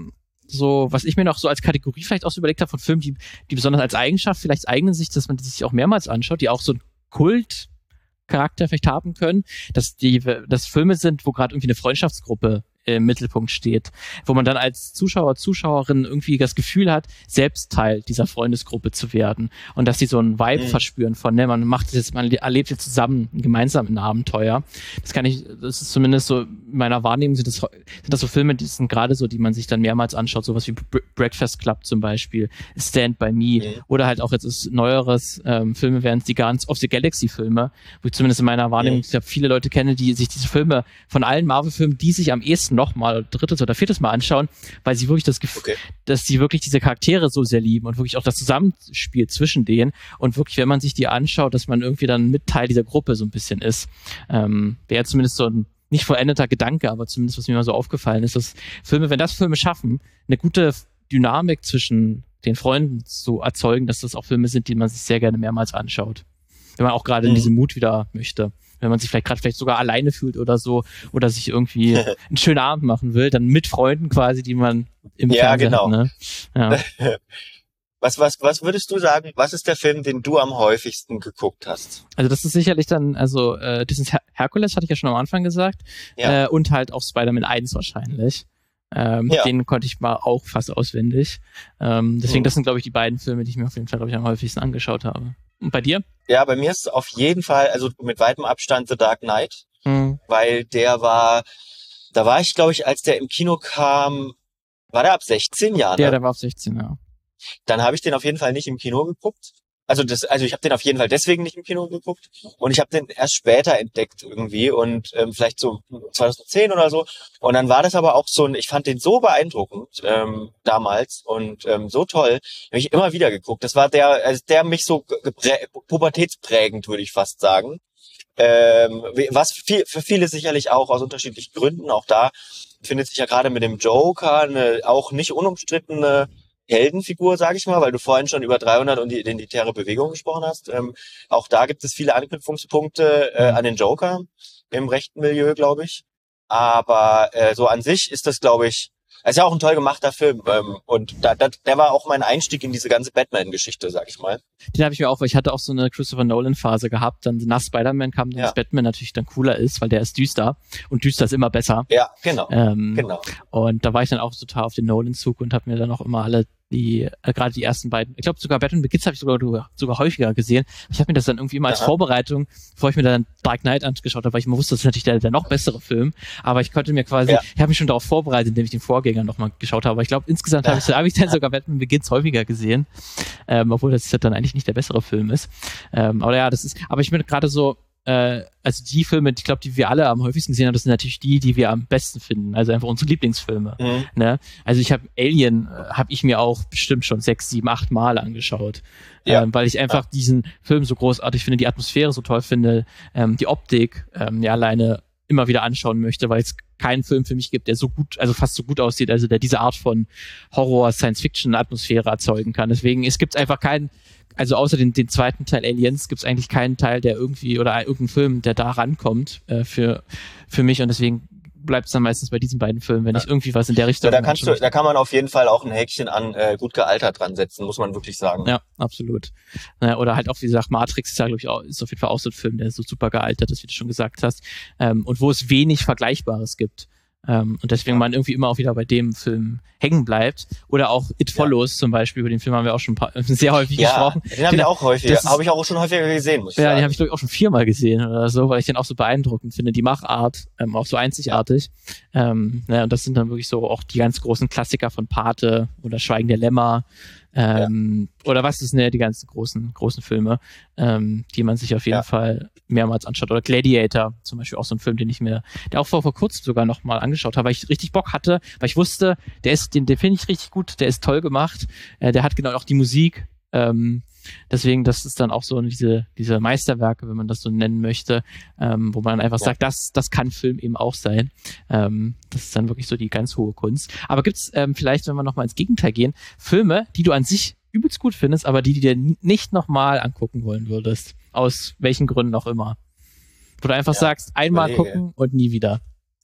was ich mir noch so als Kategorie vielleicht auch so überlegt habe von Filmen, die besonders als Eigenschaft vielleicht eignen sich, dass man die sich auch mehrmals anschaut, die auch so ein Kultcharakter vielleicht haben können, dass Filme sind, wo gerade irgendwie eine Freundschaftsgruppe im Mittelpunkt steht, wo man dann als Zuschauer, Zuschauerin irgendwie das Gefühl hat, selbst Teil dieser Freundesgruppe zu werden und dass sie so einen Vibe verspüren von, man erlebt jetzt zusammen gemeinsam ein Abenteuer. Das ist zumindest so, in meiner Wahrnehmung sind das so Filme, die sind gerade so, die man sich dann mehrmals anschaut, sowas wie Breakfast Club zum Beispiel, Stand By Me oder halt auch jetzt neueres Filme wären die Guardians of the Galaxy Filme, wo ich zumindest in meiner Wahrnehmung viele Leute kenne, die sich diese Filme von allen Marvel-Filmen, die sich am ehesten nochmal drittes oder viertes Mal anschauen, weil sie wirklich das Gefühl, dass sie wirklich diese Charaktere so sehr lieben und wirklich auch das Zusammenspiel zwischen denen und wirklich, wenn man sich die anschaut, dass man irgendwie dann mit Teil dieser Gruppe so ein bisschen ist. Wäre zumindest so ein nicht vollendeter Gedanke, aber zumindest was mir mal so aufgefallen ist, dass wenn das Filme schaffen, eine gute Dynamik zwischen den Freunden zu erzeugen, dass das auch Filme sind, die man sich sehr gerne mehrmals anschaut. Wenn man auch gerade in diesem Mut wieder möchte. Wenn man sich vielleicht sogar alleine fühlt oder so, oder sich irgendwie einen schönen Abend machen will, dann mit Freunden quasi, die man im Fernsehen hat. Ne? Ja. Was würdest du sagen, was ist der Film, den du am häufigsten geguckt hast? Also das ist sicherlich dann, das ist Hercules, hatte ich ja schon am Anfang gesagt, und halt auch Spider-Man 1 wahrscheinlich. Den konnte ich mal auch fast auswendig. Deswegen, das sind, glaube ich, die beiden Filme, die ich mir auf jeden Fall, am häufigsten angeschaut habe. Und bei dir? Ja, bei mir ist auf jeden Fall, also mit weitem Abstand The Dark Knight, weil da war ich, glaube ich, als der im Kino kam, war der ab 16 Jahren? Ja, der war ab 16, ja. Dann habe ich den auf jeden Fall nicht im Kino geguckt. Also ich habe den auf jeden Fall deswegen nicht im Kino geguckt und ich habe den erst später entdeckt irgendwie und vielleicht so 2010 oder so. Und dann war das aber auch ich fand den so beeindruckend damals und so toll, habe ich immer wieder geguckt. Das war der mich so pubertätsprägend, würde ich fast sagen. Was für viele sicherlich auch aus unterschiedlichen Gründen. Auch da findet sich ja gerade mit dem Joker eine auch nicht unumstrittene Heldenfigur, sage ich mal, weil du vorhin schon über 300 und die identitäre Bewegung gesprochen hast. Auch da gibt es viele Anknüpfungspunkte an den Joker im rechten Milieu, glaube ich. Aber so an sich ist das, glaube ich, ist ja auch ein toll gemachter Film. Und der war auch mein Einstieg in diese ganze Batman-Geschichte, sag ich mal. Den habe ich mir auch, weil ich hatte auch so eine Christopher Nolan-Phase gehabt. Dann nach Spider-Man kam dann, dass Batman natürlich dann cooler ist, weil der ist düster. Und düster ist immer besser. Ja, genau. Genau. Und da war ich dann auch total auf den Nolan-Zug und habe mir dann auch immer alle gerade die ersten beiden. Ich glaube sogar Batman Begins habe ich sogar häufiger gesehen. Ich habe mir das dann irgendwie immer als Vorbereitung, bevor ich mir dann Dark Knight angeschaut habe, weil ich immer wusste, das ist natürlich der noch bessere Film. Aber ich konnte mir quasi, ich habe mich schon darauf vorbereitet, indem ich den Vorgänger nochmal geschaut habe. Aber ich glaube, insgesamt habe ich dann sogar Batman Begins häufiger gesehen. Obwohl das dann eigentlich nicht der bessere Film ist. Aber ja, aber ich bin gerade so, also die Filme, ich glaube, die wir alle am häufigsten gesehen haben, das sind natürlich die wir am besten finden. Also einfach unsere Lieblingsfilme. Ne? Also ich habe Alien, habe ich mir auch bestimmt schon 6, 7, 8 Mal angeschaut. Weil ich einfach diesen Film so großartig finde, die Atmosphäre so toll finde, die Optik alleine immer wieder anschauen möchte, weil es keinen Film für mich gibt, der so gut, also fast so gut aussieht, also der diese Art von Horror, Science-Fiction-Atmosphäre erzeugen kann. Deswegen, es gibt einfach also außer den zweiten Teil Aliens gibt es eigentlich keinen Teil, der irgendwie, oder irgendeinen Film, der da rankommt für mich, und deswegen bleibt es dann meistens bei diesen beiden Filmen, wenn ich irgendwie was in der Richtung... Ja, da kann man auf jeden Fall auch ein Häkchen an gut gealtert dran setzen, muss man wirklich sagen. Ja, absolut. Oder halt auch, wie gesagt, Matrix ist ja, glaube ich, ist auf jeden Fall auch so ein Film, der so super gealtert ist, wie du schon gesagt hast, und wo es wenig Vergleichbares gibt. Und deswegen man irgendwie immer auch wieder bei dem Film hängen bleibt. Oder auch It Follows zum Beispiel, über den Film haben wir auch schon sehr häufig gesprochen. Den haben wir auch häufiger, habe ich auch schon häufiger gesehen, muss ich sagen. Ja, den habe ich, glaube ich, auch schon 4-mal gesehen oder so, weil ich den auch so beeindruckend finde, die Machart, auch so einzigartig. Und das sind dann wirklich so auch die ganz großen Klassiker von Pate oder Schweigen der Lämmer, oder was ist die ganzen großen Filme, die man sich auf jeden Fall mehrmals anschaut. Oder Gladiator, zum Beispiel auch so ein Film, der auch vor kurzem sogar noch mal angeschaut habe, weil ich richtig Bock hatte, weil ich wusste, den finde ich richtig gut, der ist toll gemacht, der hat genau auch die Musik, deswegen, das ist dann auch so diese Meisterwerke, wenn man das so nennen möchte, wo man einfach sagt, das kann Film eben auch sein. Das ist dann wirklich so die ganz hohe Kunst. Aber gibt's vielleicht, wenn wir nochmal ins Gegenteil gehen, Filme, die du an sich übelst gut findest, aber die dir nicht nochmal angucken wollen würdest? Aus welchen Gründen auch immer. Wo du einfach sagst, einmal gucken und nie wieder.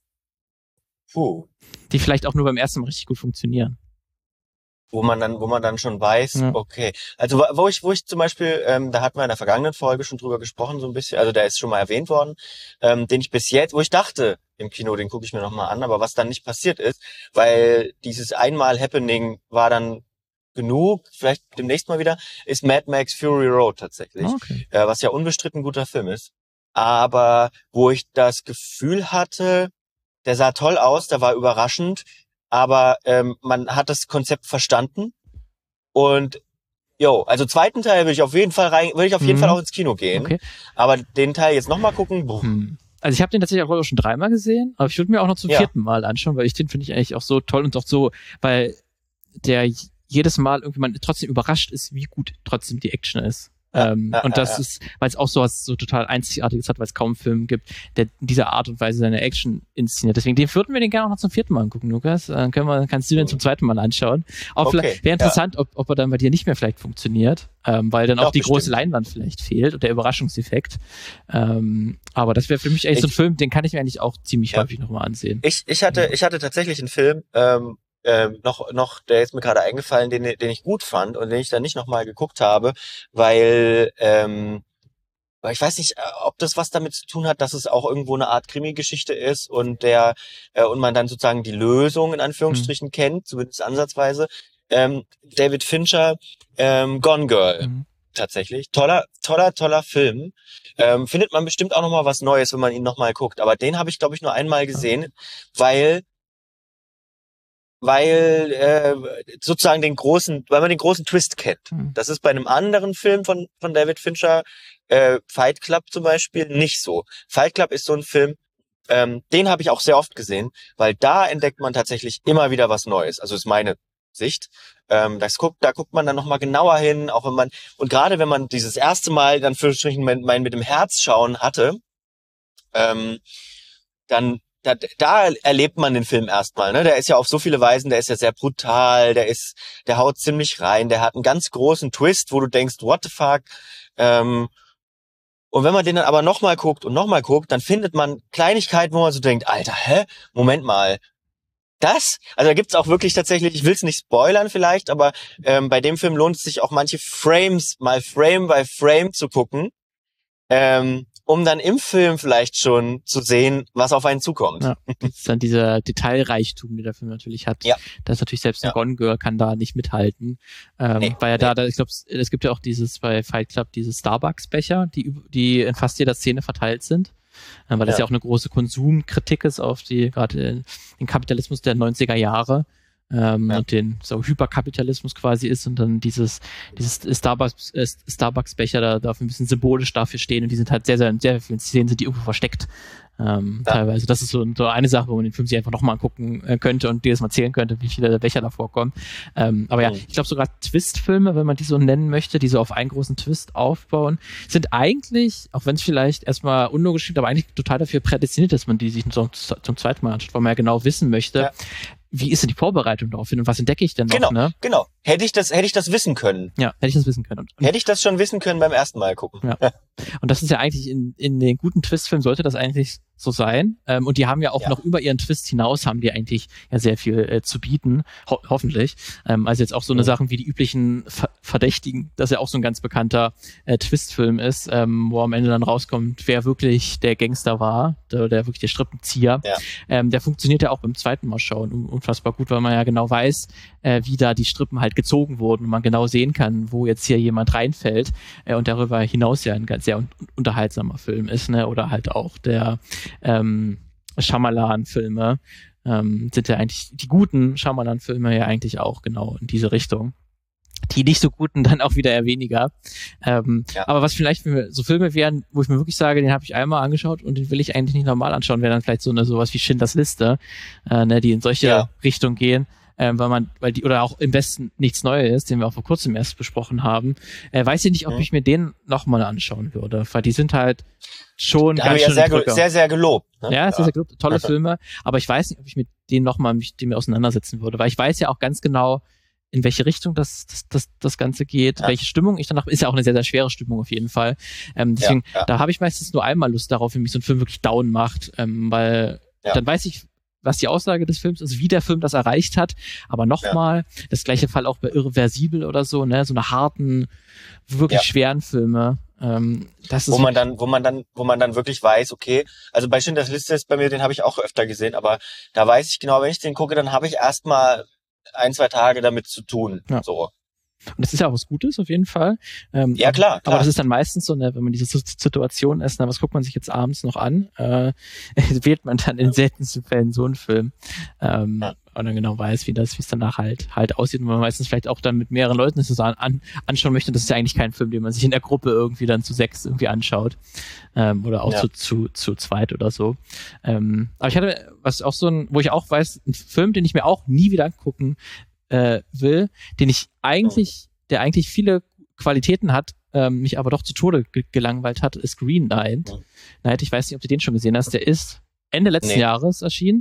Die vielleicht auch nur beim ersten Mal richtig gut funktionieren. Wo man dann schon weiß, okay. Also wo ich zum Beispiel, da hatten wir in der vergangenen Folge schon drüber gesprochen, so ein bisschen, also der ist schon mal erwähnt worden, den ich bis jetzt, wo ich dachte, im Kino, den gucke ich mir nochmal an, aber was dann nicht passiert ist, weil dieses einmal Happening war dann genug, vielleicht demnächst mal wieder, ist Mad Max Fury Road tatsächlich, was ja unbestritten ein guter Film ist. Aber wo ich das Gefühl hatte, der sah toll aus, der war überraschend, aber man hat das Konzept verstanden und also zweiten Teil würde ich auf jeden Fall auch ins Kino gehen, aber den Teil jetzt nochmal gucken, Also ich habe den tatsächlich auch schon 3-mal gesehen, aber ich würde mir auch noch zum 4. Mal anschauen, weil den finde ich eigentlich auch so toll und auch so, weil der jedes Mal irgendwie man trotzdem überrascht ist, wie gut trotzdem die Action ist. Und das ist, weil es auch so was so total Einzigartiges hat, weil es kaum einen Film gibt, der in dieser Art und Weise seine Action inszeniert. Deswegen würden wir den gerne auch noch zum 4. Mal angucken, Lukas. Kannst du den zum 2. Mal anschauen. Auch vielleicht wäre interessant, ob er dann bei dir nicht mehr vielleicht funktioniert, weil dann auch die große Leinwand vielleicht fehlt und der Überraschungseffekt. Aber das wäre für mich eigentlich so ein Film, den kann ich mir eigentlich auch ziemlich häufig nochmal ansehen. Ich hatte tatsächlich einen Film, der ist mir gerade eingefallen, den ich gut fand und den ich dann nicht nochmal geguckt habe, weil ich weiß nicht, ob das was damit zu tun hat, dass es auch irgendwo eine Art Krimi-Geschichte ist und und man dann sozusagen die Lösung in Anführungsstrichen kennt, zumindest ansatzweise. David Fincher, Gone Girl. Tatsächlich. Toller Film. Findet man bestimmt auch nochmal was Neues, wenn man ihn nochmal guckt. Aber den habe ich, glaube ich, nur einmal gesehen, weil sozusagen weil man den großen Twist kennt. Das ist bei einem anderen Film von David Fincher, Fight Club zum Beispiel, nicht so. Fight Club ist so ein Film, den habe ich auch sehr oft gesehen, weil da entdeckt man tatsächlich immer wieder was Neues. Also ist meine Sicht. Da guckt man dann nochmal genauer hin, auch und gerade wenn man dieses erste Mal dann für mit dem Herz schauen hatte, dann da erlebt man den Film erstmal, ne? Der ist ja auf so viele Weisen, der ist ja sehr brutal, der haut ziemlich rein, der hat einen ganz großen Twist, wo du denkst, what the fuck? Und wenn man den dann aber nochmal guckt, dann findet man Kleinigkeiten, wo man so denkt, Alter, Moment mal. Also da gibt's auch wirklich tatsächlich, ich will's nicht spoilern vielleicht, aber bei dem Film lohnt es sich auch manche Frames mal Frame by Frame zu gucken. um dann im Film vielleicht schon zu sehen, was auf einen zukommt. Ja, das ist dann dieser Detailreichtum, den der Film natürlich hat. Ja. Das ist natürlich selbst ein Gone Girl kann da nicht mithalten. Weil da, ich glaube, es gibt ja auch dieses bei Fight Club, diese Starbucks-Becher, die in fast jeder Szene verteilt sind. Weil das ja auch eine große Konsumkritik ist auf gerade den Kapitalismus der 90er Jahre. Und den so Hyperkapitalismus quasi ist und dann dieses Starbucks-Becher da ein bisschen symbolisch dafür stehen und die sind halt sehr, sehr, in sehr vielen Szenen sind die irgendwo versteckt. Teilweise. Das ist so eine Sache, wo man den Film sich einfach nochmal angucken könnte und dir das mal erzählen könnte, wie viele Becher da vorkommen. Aber ja, ich glaube sogar Twist-Filme, wenn man die so nennen möchte, die so auf einen großen Twist aufbauen, sind eigentlich, auch wenn es vielleicht erstmal unlogisch klingt, aber eigentlich total dafür prädestiniert, dass man die sich zum zweiten Mal anschaut, weil man ja genau wissen möchte, wie ist denn die Vorbereitung darauf hin und was entdecke ich denn noch? Genau. Hätte ich das wissen können. Ja, hätte ich das wissen können. Und hätte ich das schon wissen können beim ersten Mal gucken. Ja. Und das ist ja eigentlich in den guten Twist-Filmen sollte das eigentlich so sein. Und die haben ja auch noch über ihren Twist hinaus haben die eigentlich ja sehr viel zu bieten, hoffentlich. Also jetzt auch so eine Sachen wie die üblichen Verdächtigen, das ja auch so ein ganz bekannter Twist-Film ist, wo am Ende dann rauskommt, wer wirklich der Gangster war, der wirklich der Strippenzieher. Ja. Der funktioniert ja auch beim zweiten Mal schauen unfassbar gut, weil man ja genau weiß, wie da die Strippen halt gezogen wurden und man genau sehen kann, wo jetzt hier jemand reinfällt und darüber hinaus ja ein ganz sehr unterhaltsamer Film ist, ne? Oder halt auch der Shyamalan-Filme sind ja eigentlich die guten Shyamalan-Filme ja eigentlich auch genau in diese Richtung. Die nicht so guten dann auch wieder eher weniger. Aber was vielleicht so Filme wären, wo ich mir wirklich sage, den habe ich einmal angeschaut und den will ich eigentlich nicht normal anschauen, wäre dann vielleicht sowas wie Schindlers Liste, die in solche Richtung gehen. Weil die, oder auch im Westen nichts Neues, den wir auch vor kurzem erst besprochen haben, weiß ich nicht, ob ich mir den nochmal anschauen würde, weil die sind halt schon ganz schön sehr, sehr gelobt. Ne? Ja, sehr, sehr gelobt, tolle Filme, aber ich weiß nicht, ob ich mit denen nochmal mich auseinandersetzen würde, weil ich weiß ja auch ganz genau, in welche Richtung das Ganze geht, welche Stimmung ich danach, ist ja auch eine sehr, sehr schwere Stimmung auf jeden Fall. Deswegen, da habe ich meistens nur einmal Lust darauf, wenn mich so ein Film wirklich down macht, weil dann weiß ich, was die Aussage des Films ist, wie der Film das erreicht hat, aber nochmal, das gleiche Fall auch bei Irreversibel oder so, ne, so eine harten, wirklich schweren Filme, das ist wo man dann wirklich weiß, okay, also bei Schindlers Liste ist bei mir, den habe ich auch öfter gesehen, aber da weiß ich genau, wenn ich den gucke, dann habe ich erstmal 1-2 Tage damit zu tun, so. Und das ist ja auch was Gutes auf jeden Fall. Ja, klar. Aber das ist dann meistens so, ne, wenn man diese Situation ist, was guckt man sich jetzt abends noch an? Wählt man dann in seltensten Fällen so einen Film. Und dann genau weiß, wie es danach halt aussieht. Und man meistens vielleicht auch dann mit mehreren Leuten das anschauen möchte. Und das ist ja eigentlich kein Film, den man sich in der Gruppe irgendwie dann zu 6 irgendwie anschaut. Oder auch zu zweit oder so. Aber ich hatte wo ich auch weiß, ein Film, den ich mir auch nie wieder angucken will, der eigentlich viele Qualitäten hat, mich aber doch zu Tode gelangweilt hat, ist Green Knight. Ich weiß nicht, ob du den schon gesehen hast, der ist Ende letzten Jahres erschienen.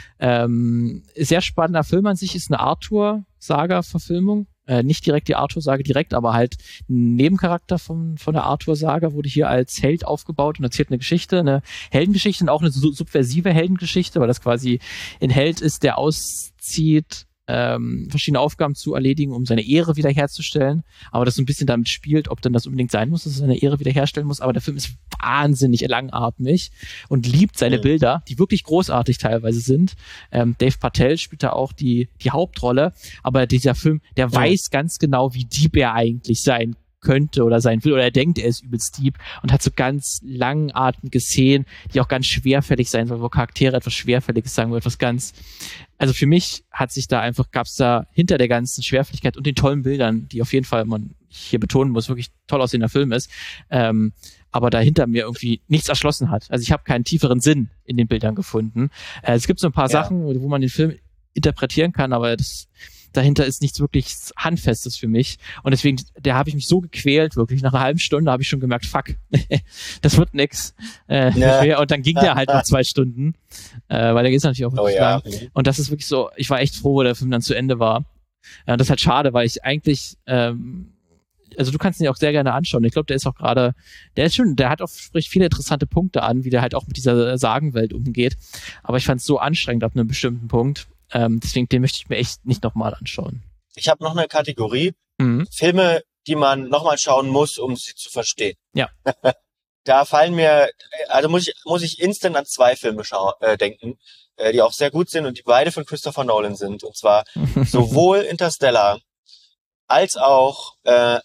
Sehr spannender Film an sich, ist eine Arthur-Saga-Verfilmung. Nicht direkt die Arthur-Sage direkt, aber halt ein Nebencharakter von der Arthur-Saga wurde hier als Held aufgebaut und erzählt eine Heldengeschichte und auch eine subversive Heldengeschichte, weil das quasi ein Held ist, der auszieht, verschiedene Aufgaben zu erledigen, um seine Ehre wiederherzustellen, aber das so ein bisschen damit spielt, ob denn das unbedingt sein muss, dass er seine Ehre wiederherstellen muss, aber der Film ist wahnsinnig langatmig und liebt seine Bilder, die wirklich großartig teilweise sind. Dave Patel spielt da auch die Hauptrolle, aber dieser Film, der weiß ganz genau, wie deep er eigentlich sein könnte oder sein will, oder er denkt, er ist übelst deep und hat so ganz langatmige Szenen, die auch ganz schwerfällig sein sollen, wo Charaktere etwas Schwerfälliges sagen, wo also für mich gab's da hinter der ganzen Schwerfälligkeit und den tollen Bildern, die auf jeden Fall man hier betonen muss, wirklich toll aussehender Film ist, aber dahinter mir irgendwie nichts erschlossen hat. Also ich habe keinen tieferen Sinn in den Bildern gefunden. Es gibt so ein paar Sachen, wo man den Film interpretieren kann, aber dahinter ist nichts wirklich Handfestes für mich. Und deswegen, da habe ich mich so gequält, wirklich. Nach einer halben Stunde habe ich schon gemerkt, fuck, das wird nix. Und dann ging der halt noch 2 Stunden, weil der geht natürlich auch wirklich lang. Und das ist wirklich so, ich war echt froh, wo der Film dann zu Ende war. Das ist halt schade, weil ich eigentlich, also du kannst ihn auch sehr gerne anschauen. Ich glaube, der hat auch spricht viele interessante Punkte an, wie der halt auch mit dieser Sagenwelt umgeht. Aber ich fand es so anstrengend ab einem bestimmten Punkt. Deswegen, den möchte ich mir echt nicht nochmal anschauen. Ich habe noch eine Kategorie. Filme, die man nochmal schauen muss, um sie zu verstehen. Ja. da fallen mir, also muss ich instant an zwei Filme denken, die auch sehr gut sind und die beide von Christopher Nolan sind. Und zwar sowohl Interstellar als auch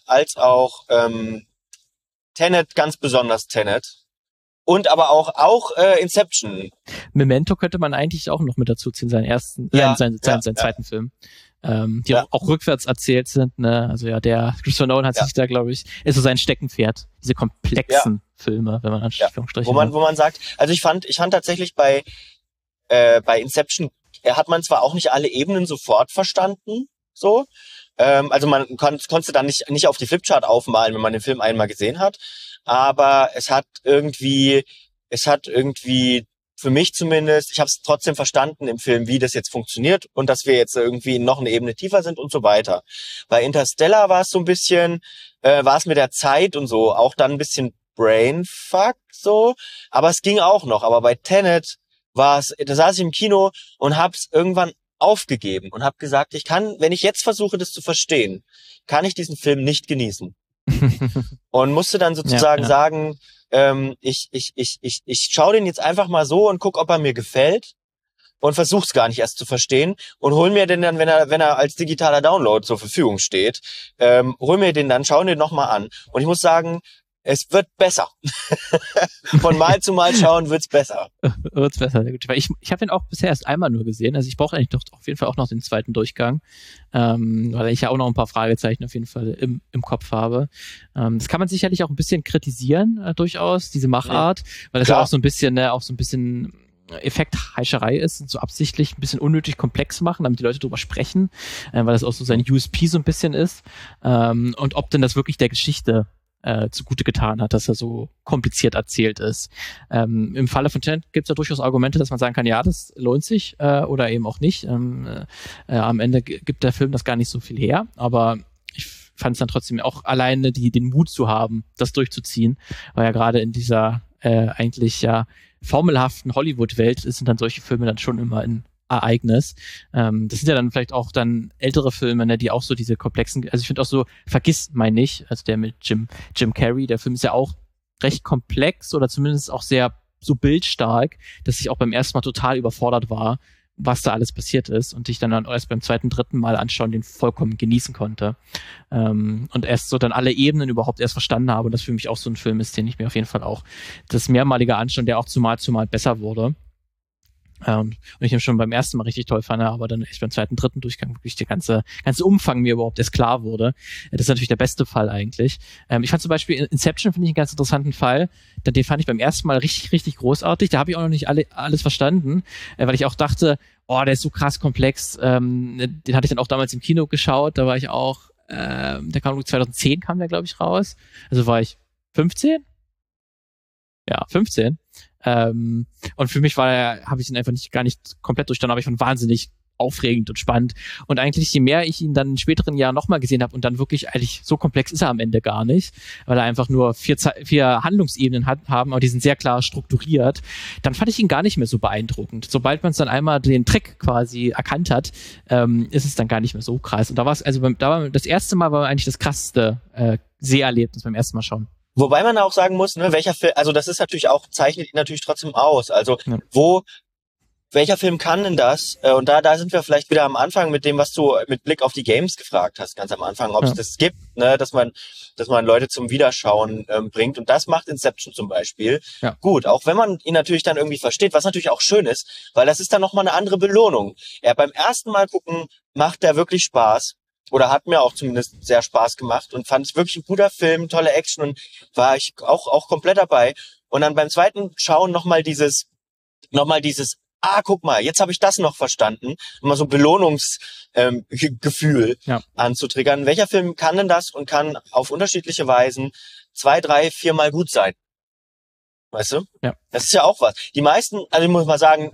Tenet, ganz besonders Tenet. Und aber auch Inception. Memento könnte man eigentlich auch noch mit dazu ziehen, seinen zweiten Film. Die auch rückwärts erzählt sind, ne? Also ja, der Christopher Nolan hat sich da, glaube ich, ist so sein Steckenpferd, diese komplexen Filme, wenn man Anführungsstrichen wo man sagt, also ich fand tatsächlich bei Inception hat man zwar auch nicht alle Ebenen sofort verstanden, so, also man konnte dann nicht auf die Flipchart aufmalen, wenn man den Film einmal gesehen hat, aber es hat irgendwie für mich zumindest, ich habe es trotzdem verstanden im Film, wie das jetzt funktioniert und dass wir jetzt irgendwie noch eine Ebene tiefer sind und so weiter. Bei Interstellar war es so ein bisschen, war es mit der Zeit und so auch dann ein bisschen Brainfuck so, aber es ging auch noch. Aber bei Tenet da saß ich im Kino und hab's irgendwann aufgegeben und hab gesagt, wenn ich jetzt versuche, das zu verstehen, kann ich diesen Film nicht genießen. Und musste dann sozusagen sagen, ich schaue den jetzt einfach mal so und guck, ob er mir gefällt und versuch's gar nicht erst zu verstehen und hol mir den dann, wenn er als digitaler Download zur Verfügung steht, hol mir den dann, schau den nochmal an. Und ich muss sagen, es wird besser. Von Mal zu Mal schauen wird's besser. Wird's besser, sehr gut. Weil ich habe den auch bisher erst einmal nur gesehen. Also ich brauche eigentlich doch auf jeden Fall auch noch den zweiten Durchgang, weil ich ja auch noch ein paar Fragezeichen auf jeden Fall im Kopf habe. Das kann man sicherlich auch ein bisschen kritisieren, durchaus, diese Machart, weil das ja auch so ein bisschen, Effektheischerei ist und so absichtlich ein bisschen unnötig komplex machen, damit die Leute drüber sprechen, weil das auch so sein USP so ein bisschen ist. Und ob denn das wirklich der Geschichte zugute getan hat, dass er so kompliziert erzählt ist. Im Falle von Tenet gibt es ja durchaus Argumente, dass man sagen kann, ja, das lohnt sich oder eben auch nicht. Am Ende gibt der Film das gar nicht so viel her, aber ich fand es dann trotzdem auch alleine den Mut zu haben, das durchzuziehen, weil ja gerade in dieser eigentlich ja formelhaften Hollywood-Welt sind dann solche Filme dann schon immer ein Ereignis. Das sind ja dann vielleicht auch dann ältere Filme, ne, die auch so diese komplexen, also ich finde auch so, Vergiss mein nicht, also der mit Jim Carrey, der Film ist ja auch recht komplex oder zumindest auch sehr so bildstark, dass ich auch beim ersten Mal total überfordert war, was da alles passiert ist und ich dann erst beim zweiten, dritten Mal anschauen den vollkommen genießen konnte. Und erst so dann alle Ebenen überhaupt erst verstanden habe und das für mich auch so ein Film ist, den ich mir auf jeden Fall auch das mehrmalige anschauen, der auch zumal besser wurde. Und ich ihn schon beim ersten Mal richtig toll fand, aber dann echt beim zweiten, dritten Durchgang wirklich der ganze Umfang mir überhaupt erst klar wurde. Das ist natürlich der beste Fall eigentlich. Ich fand zum Beispiel Inception, finde ich einen ganz interessanten Fall. Den fand ich beim ersten Mal richtig, richtig großartig. Da habe ich auch noch nicht alles verstanden, weil ich auch dachte, oh, der ist so krass komplex. Den hatte ich dann auch damals im Kino geschaut. Da war ich auch, der kam 2010 kam der, glaube ich, raus. Also war ich 15? Ja, 15. Und für mich habe ich ihn einfach gar nicht komplett durchstanden, aber ich fand wahnsinnig aufregend und spannend. Und eigentlich, je mehr ich ihn dann in späteren Jahren nochmal gesehen habe und dann wirklich eigentlich so komplex ist er am Ende gar nicht, weil er einfach nur vier Handlungsebenen haben, aber die sind sehr klar strukturiert, dann fand ich ihn gar nicht mehr so beeindruckend. Sobald man es dann einmal den Trick quasi erkannt hat, ist es dann gar nicht mehr so krass. Und da war es, also das erste Mal war eigentlich das krasseste Seherlebnis beim ersten Mal schauen. Wobei man auch sagen muss, ne, welcher Film, also das ist natürlich auch, zeichnet ihn natürlich trotzdem aus. Also welcher Film kann denn das? Und da sind wir vielleicht wieder am Anfang mit dem, was du mit Blick auf die Games gefragt hast, ganz am Anfang, ob es das gibt, ne, dass man Leute zum Wiederschauen bringt. Und das macht Inception zum Beispiel gut, auch wenn man ihn natürlich dann irgendwie versteht, was natürlich auch schön ist, weil das ist dann nochmal eine andere Belohnung. Beim ersten Mal gucken macht der wirklich Spaß. Oder hat mir auch zumindest sehr Spaß gemacht und fand es wirklich ein guter Film, tolle Action und war ich auch komplett dabei. Und dann beim zweiten Schauen nochmal dieses, guck mal, jetzt habe ich das noch verstanden, nochmal so Belohnungsgefühl anzutriggern. Welcher Film kann denn das und kann auf unterschiedliche Weisen 2, 3, 4 Mal gut sein? Weißt du? Ja. Das ist ja auch was. Die meisten, also ich muss mal sagen,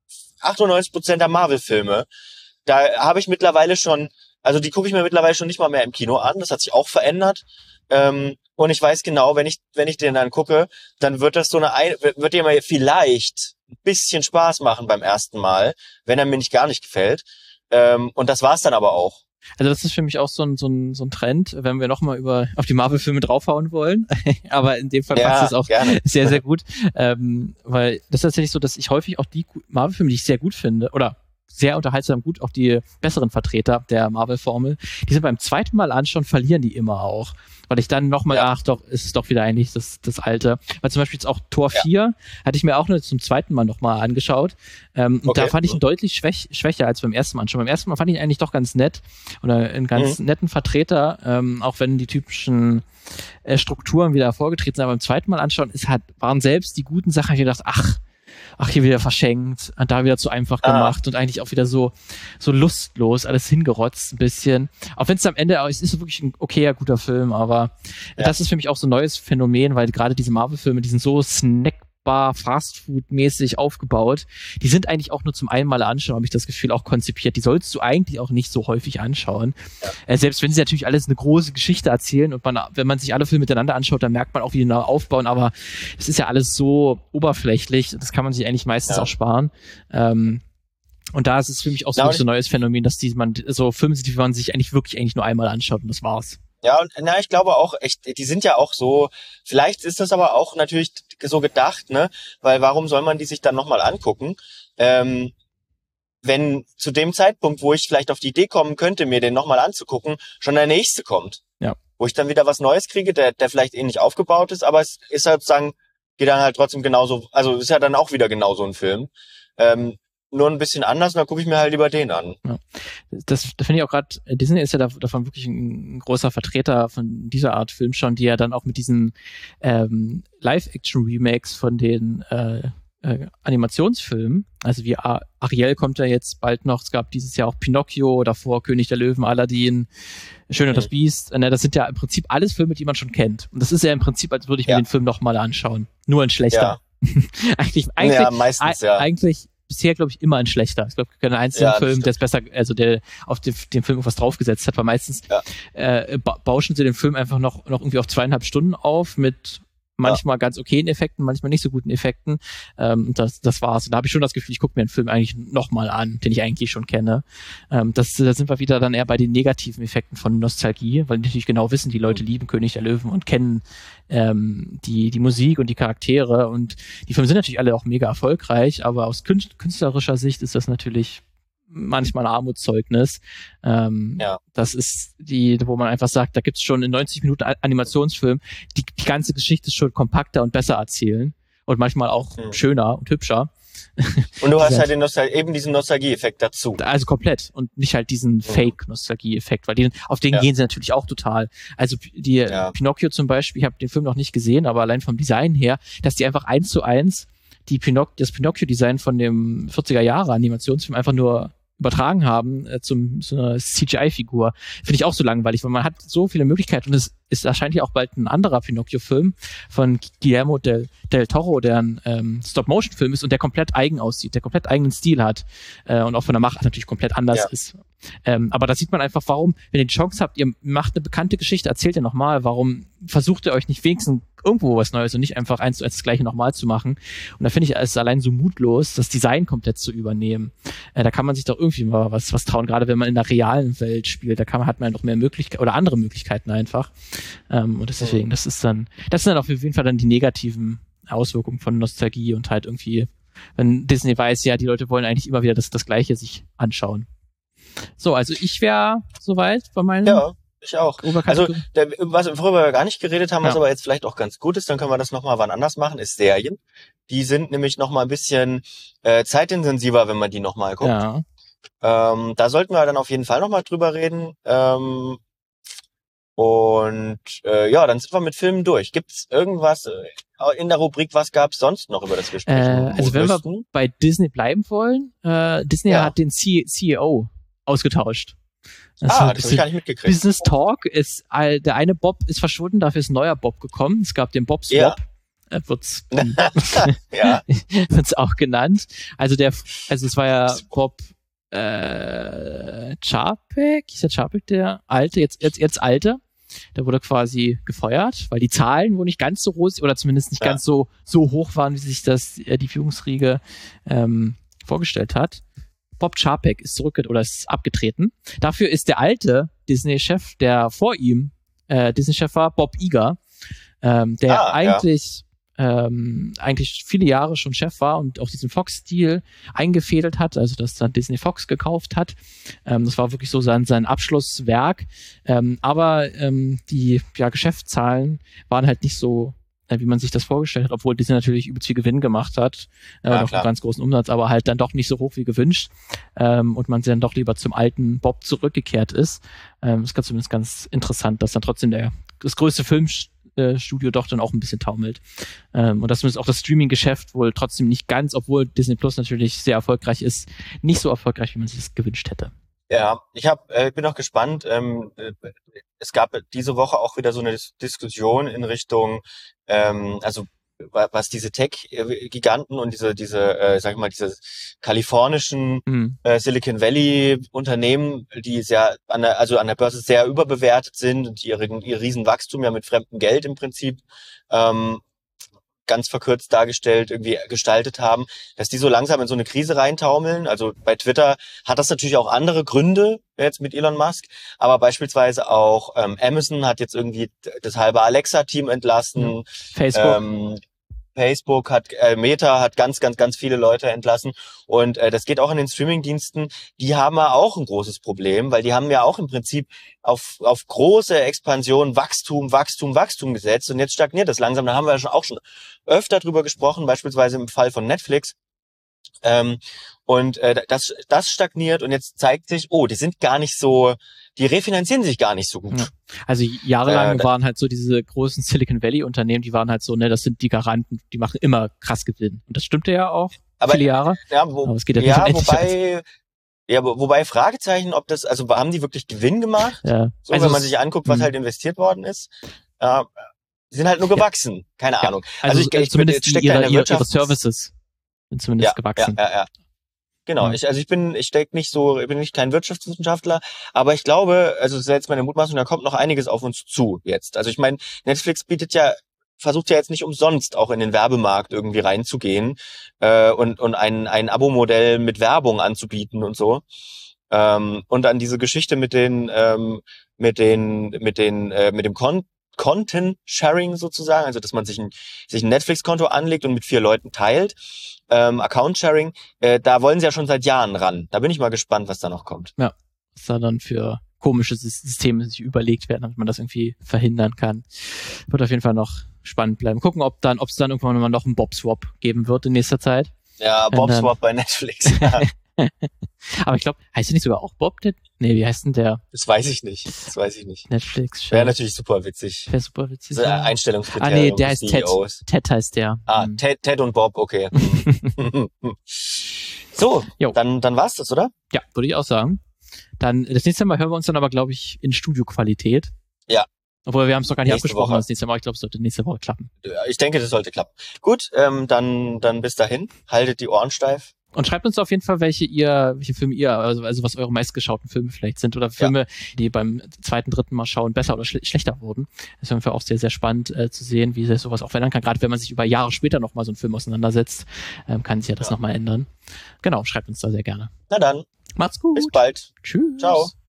98% der Marvel-Filme, da habe ich mittlerweile schon, also die gucke ich mir mittlerweile schon nicht mal mehr im Kino an. Das hat sich auch verändert. Und ich weiß genau, wenn ich den dann gucke, dann wird das wird dir mal vielleicht ein bisschen Spaß machen beim ersten Mal, wenn er mir nicht gar nicht gefällt. Und das war's dann aber auch. Also das ist für mich auch so ein Trend, wenn wir nochmal auf die Marvel-Filme draufhauen wollen. Aber in dem Fall passt es auch gerne. sehr, sehr gut. Weil das ist tatsächlich so, dass ich häufig auch die Marvel-Filme, die ich sehr gut finde, oder sehr unterhaltsam gut, auch die besseren Vertreter der Marvel-Formel, die sind beim zweiten Mal anschauen, verlieren die immer auch. Weil ich dann nochmal, ist es doch wieder eigentlich das Alte. Weil zum Beispiel jetzt auch Tor 4 hatte ich mir auch nur zum zweiten Mal nochmal angeschaut. Und da fand ich ihn deutlich schwächer als beim ersten Mal schon. Beim ersten Mal fand ich ihn eigentlich doch ganz nett oder einen ganz netten Vertreter, auch wenn die typischen Strukturen wieder vorgetreten sind. Aber beim zweiten Mal anschauen waren selbst die guten Sachen, hab ich gedacht, ach, hier wieder verschenkt, da wieder zu einfach gemacht und eigentlich auch wieder so lustlos, alles hingerotzt ein bisschen. Auch wenn es am Ende, es ist wirklich ein okayer, guter Film, aber das ist für mich auch so ein neues Phänomen, weil gerade diese Marvel-Filme, die sind so snackbar, Fastfood-mäßig aufgebaut, die sind eigentlich auch nur zum einmal anschauen, habe ich das Gefühl, auch konzipiert. Die sollst du eigentlich auch nicht so häufig anschauen. Selbst wenn sie natürlich alles eine große Geschichte erzählen und wenn man sich alle Filme miteinander anschaut, dann merkt man auch, wie die neu aufbauen, aber es ist ja alles so oberflächlich, das kann man sich eigentlich meistens auch sparen. Und da ist es für mich auch so ein neues Phänomen, dass so Filme sind, die man sich eigentlich nur einmal anschaut und das war's. Ja, und ich glaube auch echt, die sind ja auch so, vielleicht ist das aber auch natürlich so gedacht, ne? Weil warum soll man die sich dann nochmal angucken? Wenn zu dem Zeitpunkt, wo ich vielleicht auf die Idee kommen könnte, mir den nochmal anzugucken, schon der nächste kommt. Ja. Wo ich dann wieder was Neues kriege, der vielleicht ähnlich aufgebaut ist, aber es ist halt sozusagen, geht dann halt trotzdem genauso, also ist ja dann auch wieder genauso ein Film. Nur ein bisschen anders, und dann gucke ich mir halt lieber den an. Ja. Das finde ich auch gerade, Disney ist ja davon wirklich ein großer Vertreter von dieser Art Film schon, die ja dann auch mit diesen Live-Action-Remakes von den Animationsfilmen, also wie Ariel kommt ja jetzt bald noch, es gab dieses Jahr auch Pinocchio, davor König der Löwen, Aladdin, Schön und das Biest, das sind ja im Prinzip alles Filme, die man schon kennt. Und das ist ja im Prinzip, als würde ich mir den Film nochmal anschauen. Nur ein schlechter. eigentlich meistens, eigentlich bisher, glaube ich, immer ein schlechter. Ich glaube, keinen einzigen Film, der es besser, also der auf den Film irgendwas draufgesetzt hat, weil meistens bauschen sie den Film einfach noch irgendwie auf 2,5 Stunden auf mit manchmal ganz okayen Effekten, manchmal nicht so guten Effekten. Das war's. Und da habe ich schon das Gefühl, ich gucke mir einen Film eigentlich nochmal an, den ich eigentlich schon kenne. Da sind wir wieder dann eher bei den negativen Effekten von Nostalgie, weil die natürlich genau wissen, die Leute lieben König der Löwen und kennen die Musik und die Charaktere. Und die Filme sind natürlich alle auch mega erfolgreich, aber aus künstlerischer Sicht ist das natürlich manchmal ein Armutszeugnis. Das ist wo man einfach sagt, da gibt's schon in 90 Minuten Animationsfilm, die ganze Geschichte ist schon kompakter und besser erzählen und manchmal auch schöner und hübscher. Und du hast halt eben diesen Nostalgie-Effekt dazu. Also komplett und nicht halt diesen Fake-Nostalgie-Effekt, weil auf den gehen sie natürlich auch total. Also Pinocchio zum Beispiel, ich habe den Film noch nicht gesehen, aber allein vom Design her, dass die einfach 1:1 das Pinocchio-Design von dem 40er-Jahre-Animationsfilm einfach nur übertragen haben zu einer CGI-Figur. Finde ich auch so langweilig, weil man hat so viele Möglichkeiten und es ist wahrscheinlich auch bald ein anderer Pinocchio-Film von Guillermo del Toro, der ein Stop-Motion-Film ist und der komplett eigen aussieht, der komplett eigenen Stil hat und auch von der Machart natürlich komplett anders ist. Aber da sieht man einfach, warum, wenn ihr die Chance habt, ihr macht eine bekannte Geschichte, erzählt ihr nochmal, warum versucht ihr euch nicht wenigstens irgendwo was Neues und nicht einfach 1:1 das Gleiche nochmal zu machen. Und da finde ich es allein so mutlos, das Design komplett zu übernehmen. Da kann man sich doch irgendwie mal was trauen, gerade wenn man in der realen Welt spielt. Hat man noch mehr Möglichkeiten oder andere Möglichkeiten einfach. Und deswegen, das sind dann auf jeden Fall dann die negativen Auswirkungen von Nostalgie und halt irgendwie, wenn Disney weiß, die Leute wollen eigentlich immer wieder das Gleiche sich anschauen. So, also ich wäre soweit bei meinen. Ja, ich auch. Also, worüber wir gar nicht geredet haben, was aber jetzt vielleicht auch ganz gut ist, dann können wir das nochmal wann anders machen, ist Serien. Die sind nämlich nochmal ein bisschen zeitintensiver, wenn man die nochmal guckt. Ja. Da sollten wir dann auf jeden Fall nochmal drüber reden. Dann sind wir mit Filmen durch. Gibt's irgendwas in der Rubrik, was gab's sonst noch, über das wir sprechen? Also wenn wir bei Disney bleiben wollen, Disney hat den CEO ausgetauscht. Das habe ich gar nicht mitgekriegt. Business Talk ist, der eine Bob ist verschwunden, dafür ist ein neuer Bob gekommen. Es gab den Bob Swap. Wird's auch genannt. Also es war ja Bob Chapek, ist der Chapek der Alte, jetzt Alte. Der wurde quasi gefeuert, weil die Zahlen wohl nicht ganz so rosig oder zumindest nicht ganz so hoch waren, wie sich das die Führungsriege vorgestellt hat. Bob Chapek ist ist abgetreten. Dafür ist der alte Disney-Chef, der vor ihm Disney-Chef war, Bob Iger, der eigentlich viele Jahre schon Chef war und auch diesen Fox-Stil eingefädelt hat, also dass dann Disney Fox gekauft hat. Das war wirklich so sein Abschlusswerk. Aber die Geschäftszahlen waren halt nicht so, wie man sich das vorgestellt hat, obwohl Disney natürlich übelst viel Gewinn gemacht hat, noch einen ganz großen Umsatz, aber halt dann doch nicht so hoch wie gewünscht, und man dann doch lieber zum alten Bob zurückgekehrt ist. Das ist zumindest ganz interessant, dass dann trotzdem das größte Filmstudio doch dann auch ein bisschen taumelt. Und dass zumindest auch das Streaming-Geschäft wohl trotzdem nicht ganz, obwohl Disney Plus natürlich sehr erfolgreich ist, nicht so erfolgreich, wie man sich das gewünscht hätte. Ja, ich bin auch gespannt. Es gab diese Woche auch wieder so eine Diskussion in Richtung, also was diese Tech-Giganten und diese kalifornischen Silicon Valley Unternehmen, die sehr an der Börse sehr überbewertet sind und ihr Riesenwachstum ja mit fremdem Geld im Prinzip ganz verkürzt dargestellt irgendwie gestaltet haben, dass die so langsam in so eine Krise reintaumeln. Also bei Twitter hat das natürlich auch andere Gründe jetzt mit Elon Musk, aber beispielsweise auch Amazon hat jetzt irgendwie das halbe Alexa-Team entlassen. Facebook Meta hat ganz viele Leute entlassen und das geht auch in den Streaming-Diensten. Die haben ja auch ein großes Problem, weil die haben ja auch im Prinzip auf große Expansion Wachstum gesetzt und jetzt stagniert das langsam. Da haben wir auch schon öfter drüber gesprochen, beispielsweise im Fall von Netflix. Das stagniert und jetzt zeigt sich, die sind gar nicht so, die refinanzieren sich gar nicht so gut. Ja. Also jahrelang waren halt so diese großen Silicon Valley Unternehmen, die waren halt so, das sind die Garanten, die machen immer krass Gewinn. Und das stimmte ja auch viele Jahre. Ja, aber es geht wobei Fragezeichen, ob das, also haben die wirklich Gewinn gemacht? Ja. So, also wenn man sich anguckt, was halt investiert worden ist. Die sind halt nur gewachsen. Keine Ahnung. Also ich zumindest ihre Services sind zumindest gewachsen. Ja. Genau, ich bin nicht kein Wirtschaftswissenschaftler, aber ich glaube, also das ist jetzt meine Mutmaßung, da kommt noch einiges auf uns zu jetzt. Also ich meine, Netflix versucht ja jetzt nicht umsonst auch in den Werbemarkt irgendwie reinzugehen und ein Abo-Modell mit Werbung anzubieten und so. Und dann diese Geschichte mit dem Content-Sharing sozusagen, also dass man sich ein Netflix-Konto anlegt und mit 4 Leuten teilt, Account-Sharing, da wollen sie ja schon seit Jahren ran. Da bin ich mal gespannt, was da noch kommt. Ja, was da dann für komische Systeme sich überlegt werden, damit man das irgendwie verhindern kann. Wird auf jeden Fall noch spannend bleiben. Gucken, ob es dann irgendwann mal noch einen Bob-Swap geben wird in nächster Zeit. Ja, Bob-Swap bei Netflix. Ja. Aber ich glaube, heißt der nicht sogar auch Bob? Wie heißt denn der? Das weiß ich nicht. Netflix. Wäre natürlich super witzig. Wäre super witzig. So Einstellungskriterium. Der heißt CEOs. Ted heißt der. Ted und Bob, okay. So, dann war's das, oder? Ja, würde ich auch sagen. Dann, das nächste Mal hören wir uns dann aber, glaube ich, in Studioqualität. Ja. Obwohl, wir haben es noch gar nicht abgesprochen, das nächste Mal. Ich glaube, es sollte nächste Woche klappen. Ich denke, das sollte klappen. Gut, dann bis dahin. Haltet die Ohren steif. Und schreibt uns auf jeden Fall, welche Filme ihr, also was eure meistgeschauten Filme vielleicht sind oder Filme, die beim 2., 3. Mal schauen besser oder schlechter wurden. Das ist auf jeden Fall auch sehr, sehr spannend zu sehen, wie sich sowas auch verändern kann. Gerade wenn man sich über Jahre später nochmal so einen Film auseinandersetzt, kann sich ja das nochmal ändern. Genau, schreibt uns da sehr gerne. Na dann. Macht's gut. Bis bald. Tschüss. Ciao.